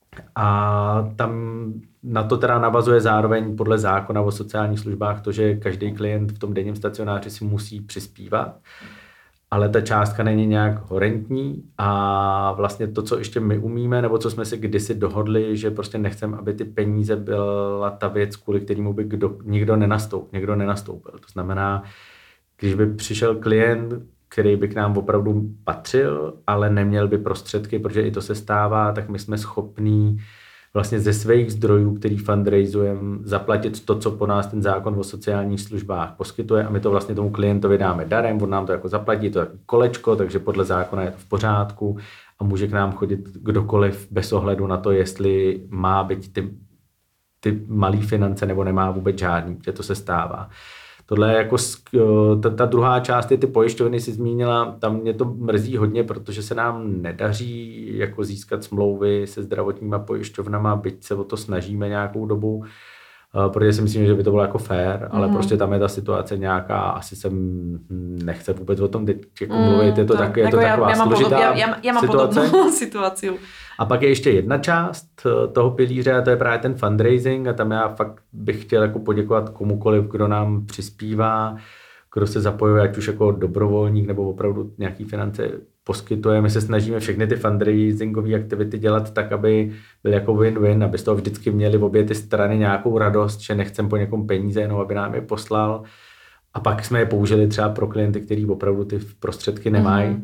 A tam na to teda navazuje zároveň podle zákona o sociálních službách to, že každý klient v tom denním stacionáři si musí přispívat, ale ta částka není nějak horentní a vlastně to, co ještě my umíme, nebo co jsme si kdysi dohodli, že prostě nechcem, aby ty peníze byla ta věc, kvůli kterému by kdo, nikdo nenastoupil, někdo nenastoupil. To znamená, když by přišel klient, který by k nám opravdu patřil, ale neměl by prostředky, protože i to se stává, tak my jsme schopní vlastně ze svých zdrojů, který fundraisujeme, zaplatit to, co po nás ten zákon o sociálních službách poskytuje a my to vlastně tomu klientovi dáme darem, on nám to jako zaplatí, to jako kolečko, takže podle zákona je to v pořádku a může k nám chodit kdokoliv bez ohledu na to, jestli má být ty, ty malý finance nebo nemá vůbec žádný, že to se stává. Tohle je jako, ta, ta druhá část je ty pojišťovny si zmínila, tam mě to mrzí hodně, protože se nám nedaří jako získat smlouvy se zdravotníma pojišťovnama, byť se o to snažíme nějakou dobu, protože si myslím, že by to bylo jako fair, ale mm. prostě tam je ta situace nějaká, asi jsem nechce vůbec o tom teď jako mluvit, je to, tak, je jako to já, taková já mám složitá podob, já, já mám situace. podobnou situaci. A pak je ještě jedna část toho pilíře a to je právě ten fundraising a tam já fakt bych chtěl jako poděkovat komukoliv, kdo nám přispívá, kdo se zapojuje, ať už jako dobrovolník nebo opravdu nějaký finance poskytuje. My se snažíme všechny ty fundraisingové aktivity dělat tak, aby byly jako win-win, aby z toho vždycky měli obě ty strany nějakou radost, že nechcem po někom peníze, jenom aby nám je poslal. A pak jsme je použili třeba pro klienty, kteří opravdu ty prostředky nemají. Mm.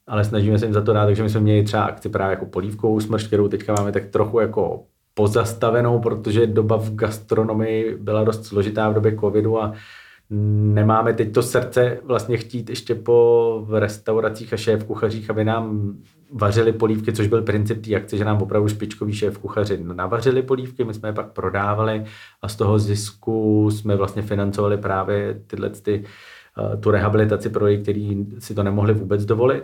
ale snažíme se jim za to dát, takže my jsme měli třeba akci právě jako polívkovou smršť, kterou teďka máme tak trochu jako pozastavenou, protože doba v gastronomii byla dost složitá v době covidu a nemáme teď to srdce vlastně chtít ještě po v restauracích a šéfkuchařích, aby nám vařili polívky, což byl princip té akce, že nám opravdu špičkoví šéfkuchaři navařili polívky, my jsme je pak prodávali a z toho zisku jsme vlastně financovali právě tyhle ty, tu rehabilitaci pro lidi, kteří si to nemohli vůbec dovolit.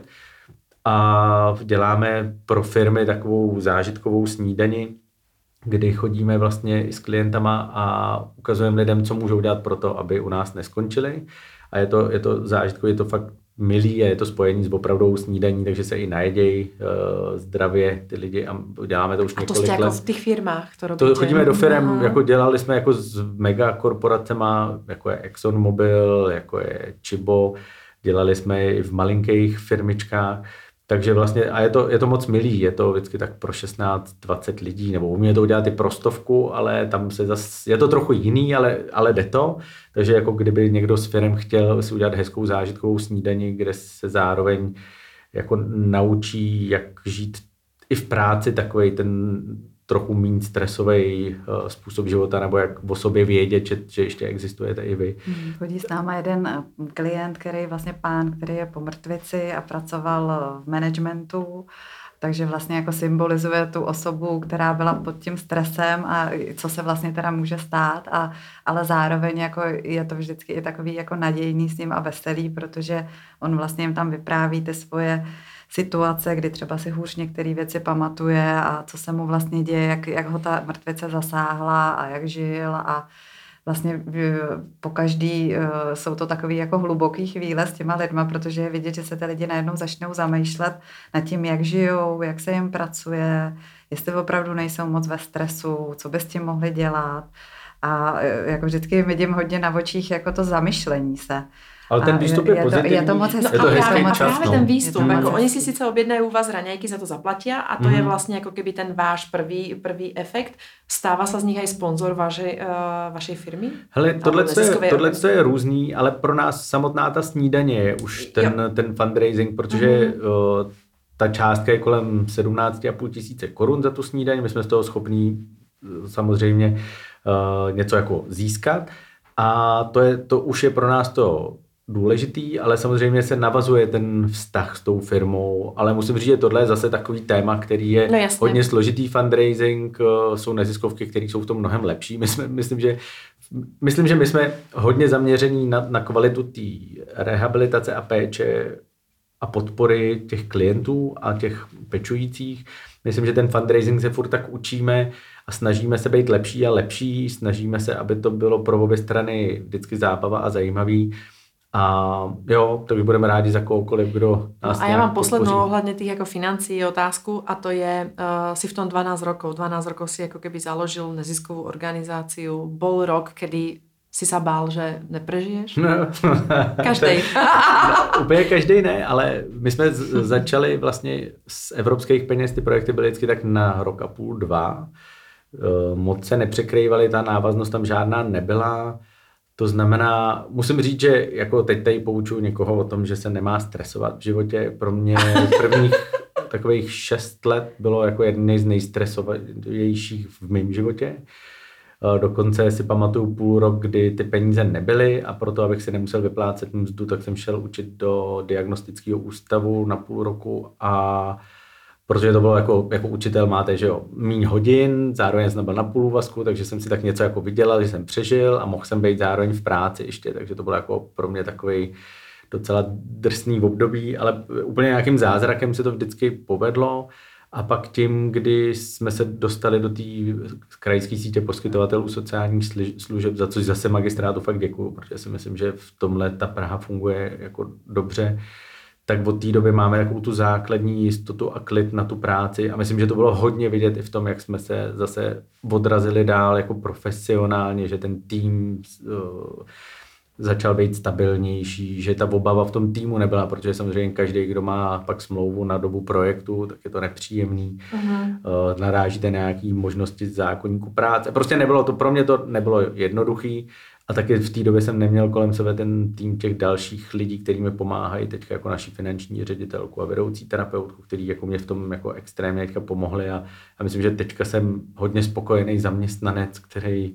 A děláme pro firmy takovou zážitkovou snídani, kdy chodíme vlastně i s klientama a ukazujeme lidem, co můžou dělat pro to, aby u nás neskončili. A je to, je to zážitkový, je to fakt milý a je to spojení s opravdou snídaní, takže se i najedějí uh, zdravě ty lidi a děláme to už několik let. A to jste jako v těch firmách to robíte? To chodíme do firem, jako dělali jsme jako s megakorporacema, jako je ExxonMobil, jako je Chibo, dělali jsme i v malinkých firmičkách. Takže vlastně, a je to, je to moc milý, je to vždycky tak pro šestnáct dvacet lidí, nebo umíme to udělat i pro stovku, ale tam se zase, je to trochu jiný, ale, ale jde to. Takže jako kdyby někdo s firem chtěl si udělat hezkou zážitkovou snídani, kde se zároveň jako naučí, jak žít i v práci takovej ten trochu méně stresový uh, způsob života, nebo jak o sobě vědět, že, že ještě existujete i vy. Hmm, chodí s náma jeden klient, který vlastně pán, který je po mrtvici a pracoval v managementu, takže vlastně jako symbolizuje tu osobu, která byla pod tím stresem a co se vlastně teda může stát, a, ale zároveň jako je to vždycky i takový jako nadějný s ním a veselý, protože on vlastně jim tam vypráví ty svoje situace, kdy třeba si hůř některé věci pamatuje a co se mu vlastně děje, jak, jak ho ta mrtvice zasáhla a jak žil, a vlastně po každý jsou to takový jako hluboký chvíle s těma lidma, protože je vidět, že se ty lidi najednou začnou zamýšlet nad tím, jak žijou, jak se jim pracuje, jestli opravdu nejsou moc ve stresu, co by s tím mohli dělat, a jako vždycky vidím hodně na očích jako to zamyšlení se. Ale ten výstup je, je pozitivní. Je to moc hezký. Je to hezký a čas. právě no. ten výstup. Jako hezký. Oni si sice objednají u vás raňajky, za to zaplatia a to mm. je vlastně jako keby ten váš prvý, prvý efekt. Stává se z nich aj sponzor vašej, uh, vašej firmy? Hele, tohle je, tohle je různý, ale pro nás samotná ta snídaně je už ten, ten fundraising, protože mm. uh, ta částka je kolem sedmnáct a půl tisíce korun za tu snídaň. My jsme z toho schopní uh, samozřejmě uh, něco jako získat. A to, je, to už je pro nás to důležitý, ale samozřejmě se navazuje ten vztah s tou firmou, ale musím říct, že tohle je zase takový téma, který je no hodně složitý fundraising, jsou neziskovky, které jsou v tom mnohem lepší. My jsme, myslím, že, myslím, že my jsme hodně zaměření na, na kvalitu té rehabilitace a péče a podpory těch klientů a těch pečujících. Myslím, že ten fundraising se furt tak učíme a snažíme se být lepší a lepší, snažíme se, aby to bylo pro obě strany vždycky zábava a zajímavý. A jo, tak budeme rádi za kohokoliv, kdo nás no a ja mám poslednú ohľadne tých ako financií otázku, a to je, uh, si v tom dvanásť rokov, dvanásť rokov si ako keby založil neziskovú organizáciu, bol rok, kedy si sa bál, že neprežiješ? No. Každej. No, úplně každej ne, ale my jsme z- začali vlastně z evropských peněz, ty projekty byly vždycky tak na rok a půl, dva. Uh, moc se nepřekrývaly, ta návaznost tam žádná nebyla. To znamená, musím říct, že jako teď tady poučuji někoho o tom, že se nemá stresovat v životě. Pro mě prvních takových šest let bylo jako jedný z nejstresovějších v mém životě. Dokonce si pamatuju půl rok, kdy ty peníze nebyly, a proto, abych si nemusel vyplácet mzdu, tak jsem šel učit do diagnostického ústavu na půl roku, a protože to bylo jako, jako učitel máte, že jo, míň hodin, zároveň jsem byl na půl úvazku, takže jsem si tak něco jako vydělal, že jsem přežil a mohl jsem být zároveň v práci ještě, takže to bylo jako pro mě takový docela drsný období, ale úplně nějakým zázrakem se to vždycky povedlo. A pak tím, kdy jsme se dostali do té krajské sítě poskytovatelů sociálních služeb, za což zase magistrátu fakt děkuju, protože si myslím, že v tomhle ta Praha funguje jako dobře, tak od té doby máme takovou tu základní jistotu a klid na tu práci, a myslím, že to bylo hodně vidět i v tom, jak jsme se zase odrazili dál jako profesionálně, že ten tým uh, začal být stabilnější, že ta obava v tom týmu nebyla, protože samozřejmě každý, kdo má pak smlouvu na dobu projektu, tak je to nepříjemný. Uh-huh. Uh, narážíte na nějaké možnosti zákoníku práce. Prostě nebylo to, pro mě to nebylo jednoduchý, A taky v té době jsem neměl kolem sebe ten tým těch dalších lidí, kteří mi pomáhají teďka jako naší finanční ředitelku a vedoucí terapeutku, který jako mě v tom jako extrémně teďka pomohli a, a myslím, že teďka jsem hodně spokojený zaměstnanec, který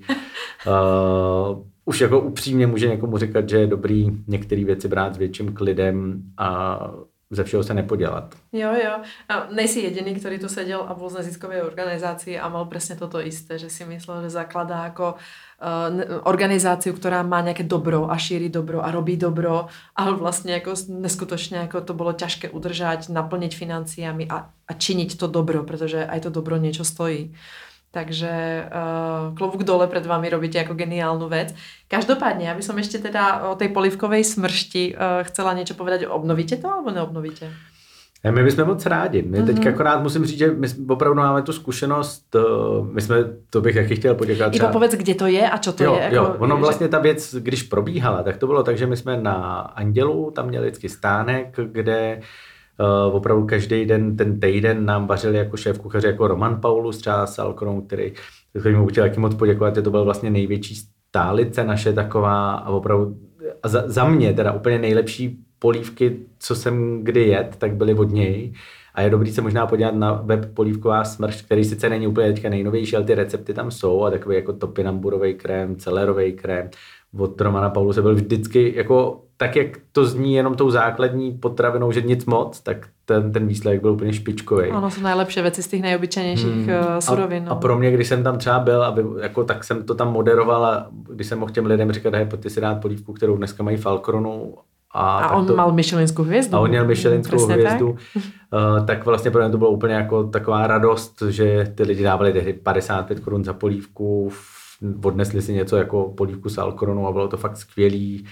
uh, už jako upřímně může někomu říkat, že je dobrý některé věci brát s větším klidem a ze všeho se nepodělat. Jo, jo. A nejsi jediný, ktorý tu sedel a bol z neziskovej organizácie a mal presne toto isté, že si myslel, že zakladá ako uh, organizáciu, ktorá má nejaké dobro a šíri dobro a robí dobro, ale vlastne ako neskutočne ako to bolo ťažké udržať, naplniť financiami a, a činiť to dobro, pretože aj to dobro niečo stojí. Takže uh, klobúk dole pred vami robíte ako geniálnu vec. Každopádne, ja by som ešte teda o tej polívkovej smršti uh, chcela niečo povedať. Obnovíte to alebo neobnovíte? My bychom moc rádi. My mm-hmm. teď akorát musím říct, že my opravdu máme tu zkušenost, my jsme, to bych taky chtěl poděkovat. Iba povedz, kde to je a čo to jo, je. Jo, jako, ono že... vlastně ta věc, když probíhala, tak to bylo tak, že my jsme na Andělu, tam měli vždycky stánek, kde Uh, opravdu každý den, ten týden nám vařili jako šéf kuchaři, jako Roman Paulus, třeba Salkonou, který, který mu chtěl taky moc poděkovat, že to byl vlastně největší stálice naše taková a opravdu a za, za mě teda úplně nejlepší polívky, co jsem kdy jet, tak byly od něj. A je dobrý se možná podívat na web Polívková smršť, který sice není úplně teďka nejnovější, ale ty recepty tam jsou a takový jako topinamburový krém, celerový krém od Romana Pauluse byl vždycky jako tak, jak to zní jenom tou základní potravinou, že nic moc, tak ten, ten výsledek byl úplně špičkový. Ano, jsou nejlepší věci z těch nejobyčejnějších hmm. surovin. A, a pro mě, když jsem tam třeba byl, aby, jako, tak jsem to tam moderoval a když jsem mohl těm lidem říkat, hej, pojďte si dát polívku, kterou dneska mají Falkronu. A, a on to, mal Michelinskou hvězdu. A on měl Michelinskou Přesně hvězdu. Tak. Uh, tak vlastně pro mě to bylo úplně jako taková radost, že ty lidi dávali tehdy padesát pět korun za polívku, odnesli si něco jako polívku s Alkoronou a bylo to fakt skvělý.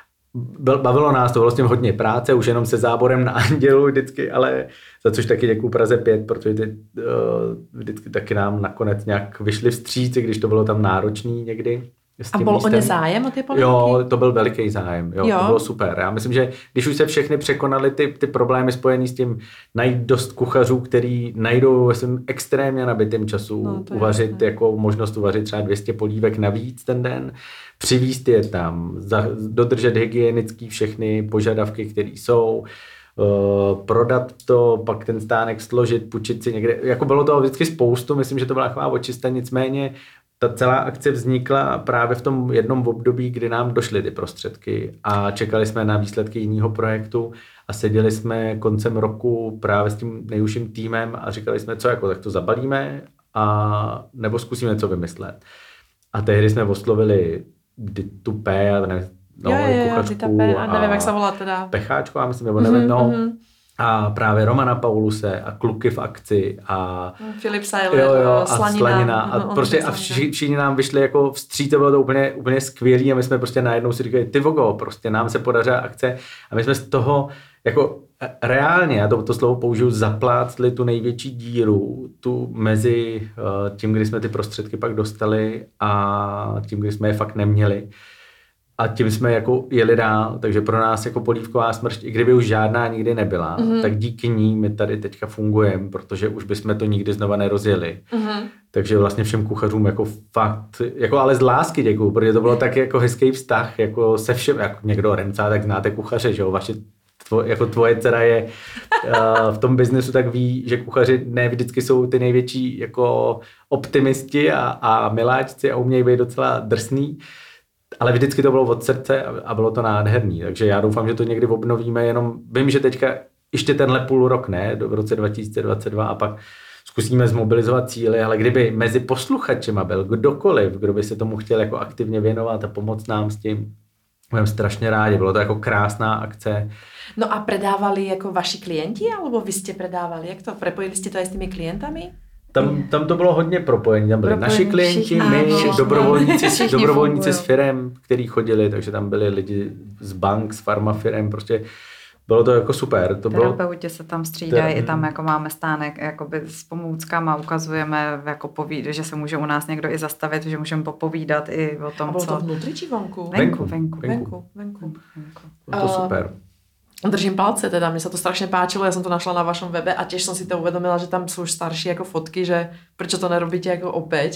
Bavilo nás to vlastně hodně práce, už jenom se záborem na Andělu vždycky, ale za což taky děkuju Praze pět, protože ty uh, vždycky taky nám nakonec nějak vyšli vstříc, když to bylo tam náročný někdy. A byl o ně zájem o ty polívky? Jo, to byl veliký zájem, jo, jo. To bylo super. Já myslím, že když už se všechny překonaly ty, ty problémy spojený s tím, najít dost kuchařů, který najdou ve svém extrémně nabitým času no, uvařit, jasné. Jako možnost uvařit třeba dvě stě polívek navíc ten den, přivízt je tam, za, dodržet hygienický všechny požadavky, které jsou, Uh, prodat to, pak ten stánek složit, půjčit si někde. Jako bylo toho vždycky spoustu, myslím, že to byla taková očista, nicméně ta celá akce vznikla právě v tom jednom období, kdy nám došly ty prostředky a čekali jsme na výsledky jiného projektu a seděli jsme koncem roku právě s tím nejužším týmem a říkali jsme, co jako, tak to zabalíme a nebo zkusíme něco vymyslet. A tehdy jsme oslovili Ditu P, a nevím, no, jo, jo, kuchařku P, a nevím, jak se volá teda. Pecháčko, já myslím, nebo nevím, mm-hmm, no. Mm-hmm. A právě Romana Pauluse a kluky v akci a Filip Sajler, jo, jo, a Slanina. Slanina. A, prostě, a všichni, všichni nám vyšli jako vstříc, to bylo to úplně, úplně skvělý a my jsme prostě najednou si říkali, ty vogo, prostě nám se podařila akce a my jsme z toho jako reálně, já to, to slovo použiju, zaplácli tu největší díru tu mezi uh, tím, kdy jsme ty prostředky pak dostali a tím, kdy jsme je fakt neměli. A tím jsme jako jeli dál, takže pro nás jako polívková smršť, i kdyby už žádná nikdy nebyla, mm-hmm. tak díky ní my tady teďka fungujeme, protože už bychom to nikdy znova nerozjeli. Mm-hmm. Takže vlastně všem kuchařům jako fakt, jako ale z lásky děkuju, protože to bylo tak jako hezký vztah, jako se všem, jako někdo remcá, tak znáte kuchaře, že jo, vaše tvo, jako tvoje dcera je uh, v tom biznesu, tak ví, že kuchaři ne vždycky jsou ty největší jako optimisti a, a miláčci a umějí být docela drsný. Ale vždycky to bylo od srdce a bylo to nádherný, takže já doufám, že to někdy obnovíme, jenom vím, že teďka ještě tenhle půl rok ne, v roce dva tisíce dvacet dva a pak zkusíme zmobilizovat cíly, ale kdyby mezi posluchačima byl kdokoliv, kdo by se tomu chtěl jako aktivně věnovat a pomoct nám s tím, budeme strašně rádi, bylo to jako krásná akce. No a predávali jako vaši klienti, alebo vy jste predávali, jak to, prepojili jste to aj s tými klientami? Tam, tam to bylo hodně propojení, tam byli propojení, naši klienti, všichni, my, všichni, dobrovolníci, všichni dobrovolníci z firem, kteří chodili, takže tam byli lidi z bank, z farmafirem, prostě bylo to jako super. To Terapeuti bylo... se tam střídají, i tam jako máme stánek jakoby s pomůckama, ukazujeme, jako povíd, že se může u nás někdo i zastavit, že můžeme popovídat i o tom, a bylo co... to vnútri či vonku? Venku, venku. Venku, venku. venku. Bylo to super. Držím palce teda, mne sa to strašne páčilo, ja som to našla na vašom webe a tiež som si to uvedomila, že tam sú už starší ako fotky, že prečo to nerobíte ako opäť.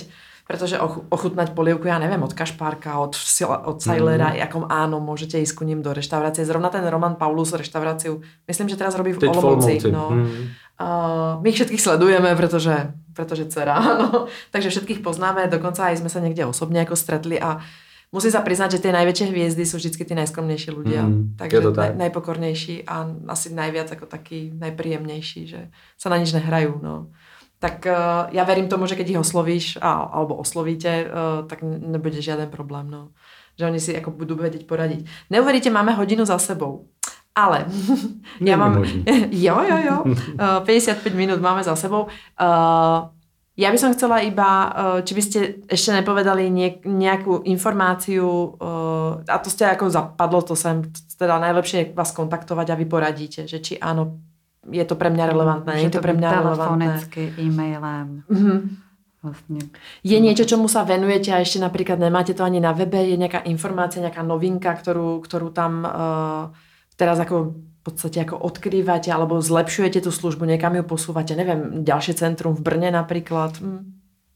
Pretože ochutnať polievku, ja neviem, od Kašpárka, od, od Sailera, mm. jakom áno, môžete ísť ku ním do reštaurácie. Zrovna ten Roman Paulus reštauráciu, myslím, že teraz robí v Olomouci. No. Mm. Uh, my ich všetkých sledujeme, pretože, pretože dcera, áno. Takže všetkých poznáme, dokonca aj sme sa niekde osobne ako stretli a musím sa priznať, že tie najväčšie hviezdy sú vždy tí najskromnejší ľudia. Mm, Takže tak. naj, najpokornejší a asi najviac ako taký najpríjemnejší, že sa na nič nehrajú, no. Tak uh, ja verím tomu, že keď ich oslovíš a, alebo oslovíte, uh, tak nebude žiaden problém. No. Že oni si ako budú vedieť poradiť. Neuveríte, máme hodinu za sebou. Ale ja mám... jo, jo, jo. Uh, päťdesiatpäť minút máme za sebou. Uh, ja by som chcela iba, uh, či by ste ešte nepovedali niek- nejakú informáciu, uh, a to ste ako zapadlo, to sem, teda najlepšie je vás kontaktovať a vy poradíte, že či áno, je to pre mňa relevantné, je to pre mňa relevantné. Telefonicky, e-mailem. Mm-hmm. Vlastne. Je niečo, čomu sa venujete a ešte napríklad nemáte to ani na webe, je nejaká informácia, nejaká novinka, ktorú, ktorú tam uh, teraz ako v podstate ako odkrývate alebo zlepšujete tú službu, niekam ju posúvate, neviem, ďalšie centrum v Brně napríklad. Hm.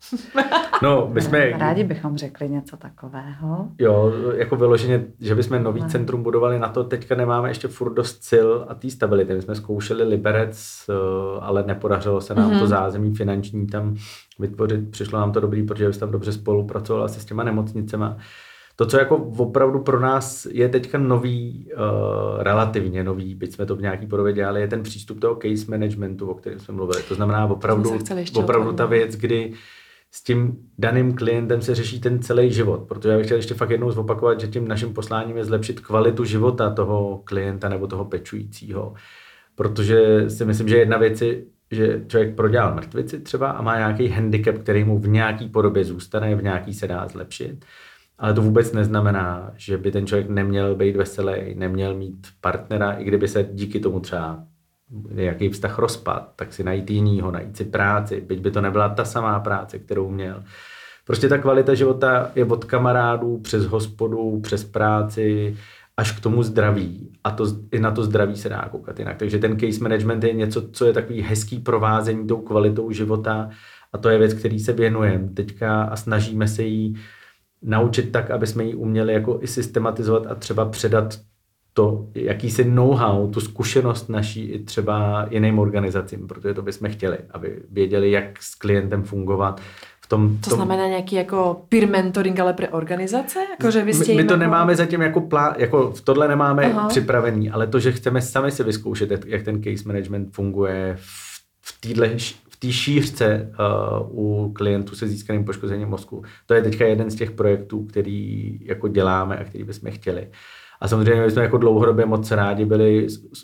No, my jsme... Rádi bychom řekli něco takového. Jo, jako vyloženě, že bychom nový ne. centrum budovali, na to teďka nemáme ještě furt dost sil a té stability. My jsme zkoušeli Liberec, ale nepodařilo se nám mm-hmm. to zázemí finanční tam vytvořit. Přišlo nám to dobrý, protože jsme tam dobře spolupracovali asi s těma nemocnicema. To, co jako opravdu pro nás je teďka nový, uh, relativně nový, byť jsme to v nějaký podobě dělali, je ten přístup toho case managementu, o kterém jsme mluvili. To znamená opravdu, opravdu ta věc, kdy s tím daným klientem se řeší ten celý život, protože já bych chtěl ještě fakt jednou zopakovat, že tím naším posláním je zlepšit kvalitu života toho klienta nebo toho pečujícího, protože si myslím, že jedna věc je, že člověk prodělal mrtvici třeba a má nějaký handicap, který mu v nějaký podobě zůstane, v nějaký se dá zlepšit, ale to vůbec neznamená, že by ten člověk neměl být veselý, neměl mít partnera, i kdyby se díky tomu třeba nějaký vztah rozpad, tak si najít jinýho, najít si práci, byť by to nebyla ta samá práce, kterou měl. Prostě ta kvalita života je od kamarádů, přes hospodu, přes práci, až k tomu zdraví. A to, i na to zdraví se dá koukat jinak. Takže ten case management je něco, co je takový hezký provázení tou kvalitou života a to je věc, který se věnujeme teďka a snažíme se jí naučit tak, aby jsme ji uměli jako i systematizovat a třeba předat to jakýsi know-how, tu zkušenost naší i třeba jiným organizacím, protože to bychom chtěli, aby věděli, jak s klientem fungovat. V tom, to tom... znamená nějaký jako peer mentoring, ale pro organizace? Jako, že vy my, my to jako... nemáme zatím jako plán, jako v tohle nemáme Aha. připravený, ale to, že chceme sami si vyzkoušet, jak ten case management funguje v, v téhle v té šířce uh, u klientů se získaným poškozením mozku. To je teďka jeden z těch projektů, který jako děláme a který bychom chtěli. A samozřejmě bychom jako dlouhodobě moc rádi byli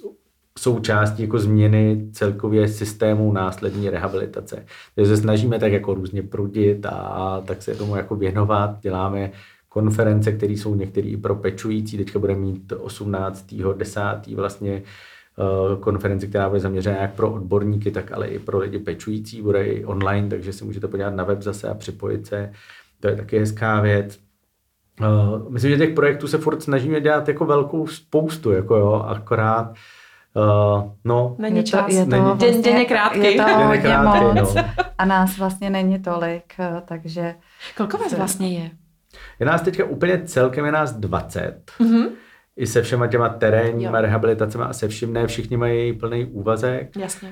součástí jako změny celkově systému následní rehabilitace. Takže se snažíme tak jako různě prudit a tak se tomu jako věnovat. Děláme konference, které jsou některé i pro pečující. Teďka bude mít osmnáctého desátého vlastně konferenci, která bude zaměřena jak pro odborníky, tak ale i pro lidi pečující. Bude i online, takže si můžete podívat na web zase a připojit se. To je taky hezká věc. Uh, myslím, že těch projektů se furt snažíme dělat jako velkou spoustu, jako jo, akorát uh, no. Není čas. Je to, je to vlastně, den, den je krátký. Je to hodně krátký, moc no. A nás vlastně není tolik, takže... Kolko vás vlastně je? Je nás teďka úplně celkem je nás dvacet. Mm-hmm. I se všema těma terénníma rehabilitacemi a se vším, ne všichni mají plný úvazek. Jasně.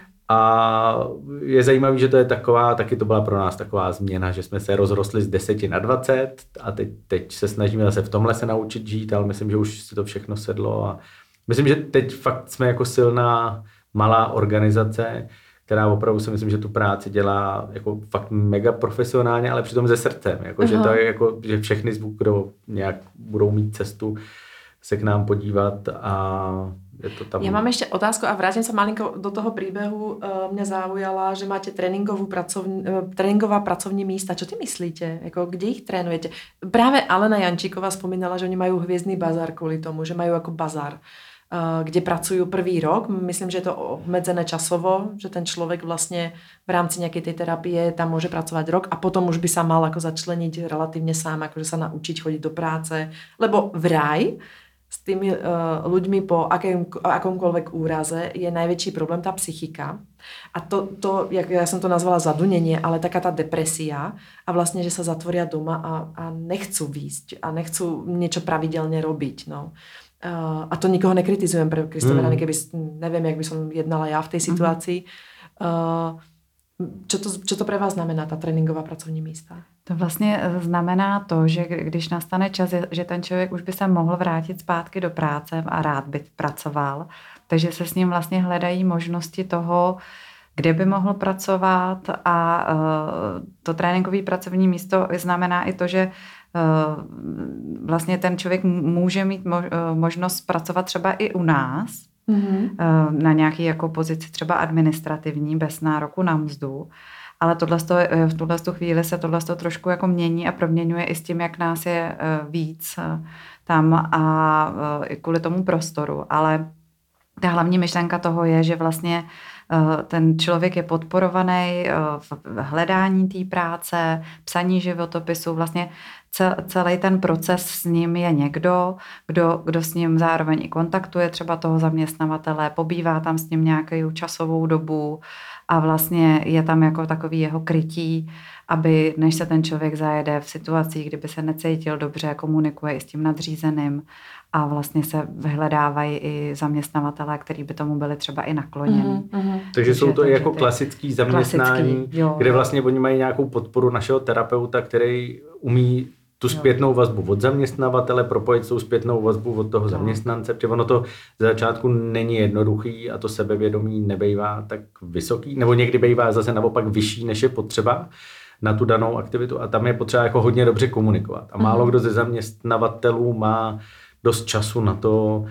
A je zajímavý, že to je taková, taky to byla pro nás taková změna, že jsme se rozrostli z deseti na dvacet a teď, teď se snažíme zase v tomhle se naučit žít, ale myslím, že už si to všechno sedlo a myslím, že teď fakt jsme jako silná malá organizace, která opravdu si myslím, že tu práci dělá jako fakt mega profesionálně, ale přitom ze srdcem, jako, že to je jako, že všechny zvuk, kdo nějak budou mít cestu se k nám podívat a je to tam... Ja mám ešte otázku a vrátim sa malinko do toho príbehu. Mňa zaujala, že máte tréningovú pracovní, tréningová pracovní místa. Čo ty myslíte? Jako, kde ich trénujete? Práve Alena Jančíková spomínala, že oni majú hviezdný bazár kvôli tomu, že majú ako bazár, kde pracujú prvý rok. Myslím, že je to obmedzené časovo, že ten človek vlastne v rámci nejakej tej terapie tam môže pracovať rok a potom už by sa mal ako začleniť relatívne sám, akože sa naučiť chodiť do práce. Lebo vraj s tými uh, ľuďmi po akém, akomkoľvek úraze je najväčší problém tá psychika. A to, to jak ja som to nazvala zadunenie, ale taká tá depresia a vlastne, že sa zatvoria doma a, a nechcú výjsť a nechcú niečo pravidelne robiť. No. Uh, a to nikoho nekritizujem pre Kristofera, mm. keby, neviem, jak by som jednala ja v tej situácii. Uh, čo, to, čo to pre vás znamená, tá tréninková pracovní místa? To vlastně znamená to, že když nastane čas, že ten člověk už by se mohl vrátit zpátky do práce a rád by pracoval, takže se s ním vlastně hledají možnosti toho, kde by mohl pracovat a to tréninkové pracovní místo znamená i to, že vlastně ten člověk může mít možnost pracovat třeba i u nás, mm-hmm. na nějaký jako pozici třeba administrativní, bez nároku na mzdu. Ale v tuhle chvíli se tohle trošku jako mění a proměňuje i s tím, jak nás je víc tam a i kvůli tomu prostoru. Ale ta hlavní myšlenka toho je, že vlastně ten člověk je podporovaný v hledání té práce, psaní životopisu, vlastně celý ten proces s ním je někdo, kdo, kdo s ním zároveň i kontaktuje třeba toho zaměstnavatele, pobývá tam s ním nějakou časovou dobu a vlastně je tam jako takový jeho krytí, aby než se ten člověk zajede v situacích, kdyby se necítil dobře, komunikuje i s tím nadřízeným a vlastně se vyhledávají i zaměstnavatelé, kteří by tomu byli třeba i nakloněni. Mm-hmm. Takže jsou to i jako klasický zaměstnání, klasický, jo, kde vlastně oni mají nějakou podporu našeho terapeuta, který umí tu zpětnou vazbu od zaměstnavatele propojit tou zpětnou vazbu od toho zaměstnance, protože ono to ze začátku není jednoduchý a to sebevědomí nebejvá tak vysoký, nebo někdy bejvá zase naopak vyšší, než je potřeba na tu danou aktivitu a tam je potřeba jako hodně dobře komunikovat. A málo kdo ze zaměstnavatelů má dost času na to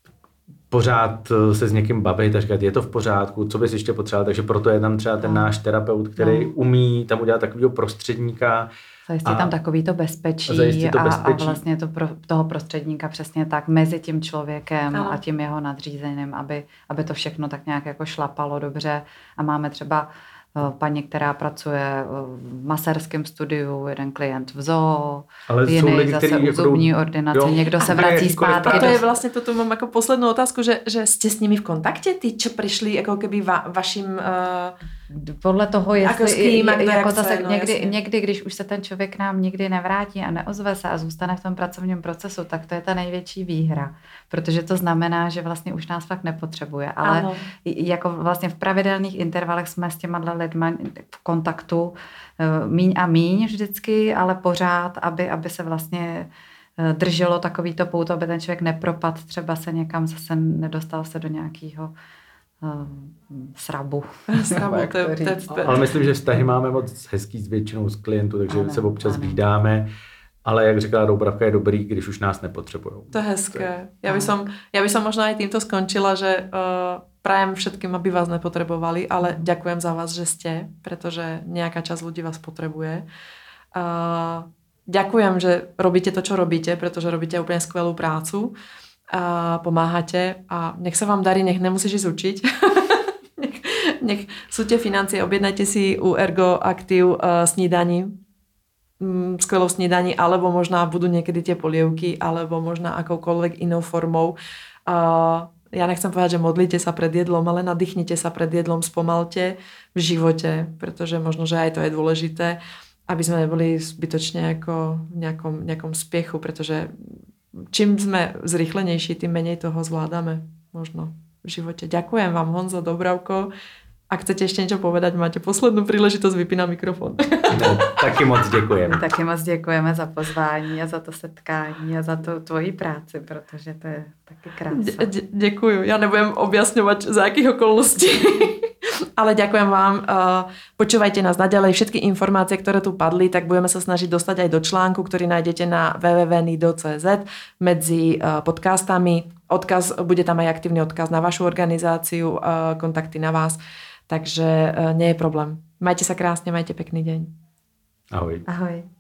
pořád se s někým bavit a říkat, je to v pořádku, co bys ještě potřeboval, takže proto je tam třeba ten náš terapeut, který no. umí tam udělat takového prostředníka. Zajistí tam takový to bezpečí a, a vlastně to pro, toho prostředníka přesně tak mezi tím člověkem no. a tím jeho nadřízeným, aby, aby to všechno tak nějak jako šlapalo dobře a máme třeba paní, která pracuje v masérském studiu, jeden klient v zoo, ale jiný lidi, zase u zubní ordinace, jo, někdo se vrací zpátky. A to je vlastně, to tu mám jako poslednou otázku, že, že jste s nimi v kontakte, ty, čo prišli jako keby va, vaším... Uh... Podle toho, jestli jako, kým, jako, jako chce, zase no, někdy, někdy, když už se ten člověk k nám nikdy nevrátí a neozve se a zůstane v tom pracovním procesu, tak to je ta největší výhra, protože to znamená, že vlastně už nás fakt nepotřebuje, ale ano. jako vlastně v pravidelných intervalech jsme s těma lidma v kontaktu míň a míň vždycky, ale pořád, aby, aby se vlastně drželo takovýto pouto, aby ten člověk nepropad, třeba se někam zase nedostal se do nějakého srabu. srabu to, to, to, to. Ale myslím, že vztahy máme moc hezký s většinou z klientů, takže ano, se občas ano. vídáme, ale jak říkala Doubravka, je dobrý, když už nás nepotřebujou. To je hezké. Ja by som, ja by som možno aj týmto skončila, že uh, prajem všetkým, aby vás nepotrebovali, ale ďakujem za vás, že ste, pretože nejaká časť ľudí vás potrebuje. Uh, ďakujem, že robíte to, čo robíte, pretože robíte úplne skvelú prácu. A pomáhate a nech sa vám darí, nech nemusíš ísť učiť. nech, nech sú tie financie, objednajte si u Ergo Aktív uh, snídaní, mm, skvelou snídaní, alebo možná budú niekedy tie polievky, alebo možná akoukoľvek inou formou. Uh, ja nechcem povedať, že modlite sa pred jedlom, ale nadýchnite sa pred jedlom, spomalte v živote, pretože možno, že aj to je dôležité, aby sme neboli zbytočne ako v nejakom, nejakom spiechu, pretože čím sme zrýchlenejší, tým menej toho zvládame možno v živote. Ďakujem vám, Honzo, Doubravko. Ak chcete ešte niečo povedať, máte poslednú príležitosť, vypínám mikrofon. No, taky moc děkujeme. Taky moc děkujeme za pozvání a za to setkání a za tu tvoji práci, protože to je taky krása. D- děkuju. Ja nebudem objasňovať, za jakých okolností. Ale ďakujem vám. Počúvajte nás naďalej. Všetky informácie, ktoré tu padli, tak budeme sa snažiť dostať aj do článku, ktorý nájdete na w w w bodka nido bodka c z medzi podcastami. Odkaz, bude tam aj aktívny odkaz na vašu organizáciu, kontakty na vás. Takže nie je problém. Majte sa krásne, majte pekný deň. Ahoj. Ahoj.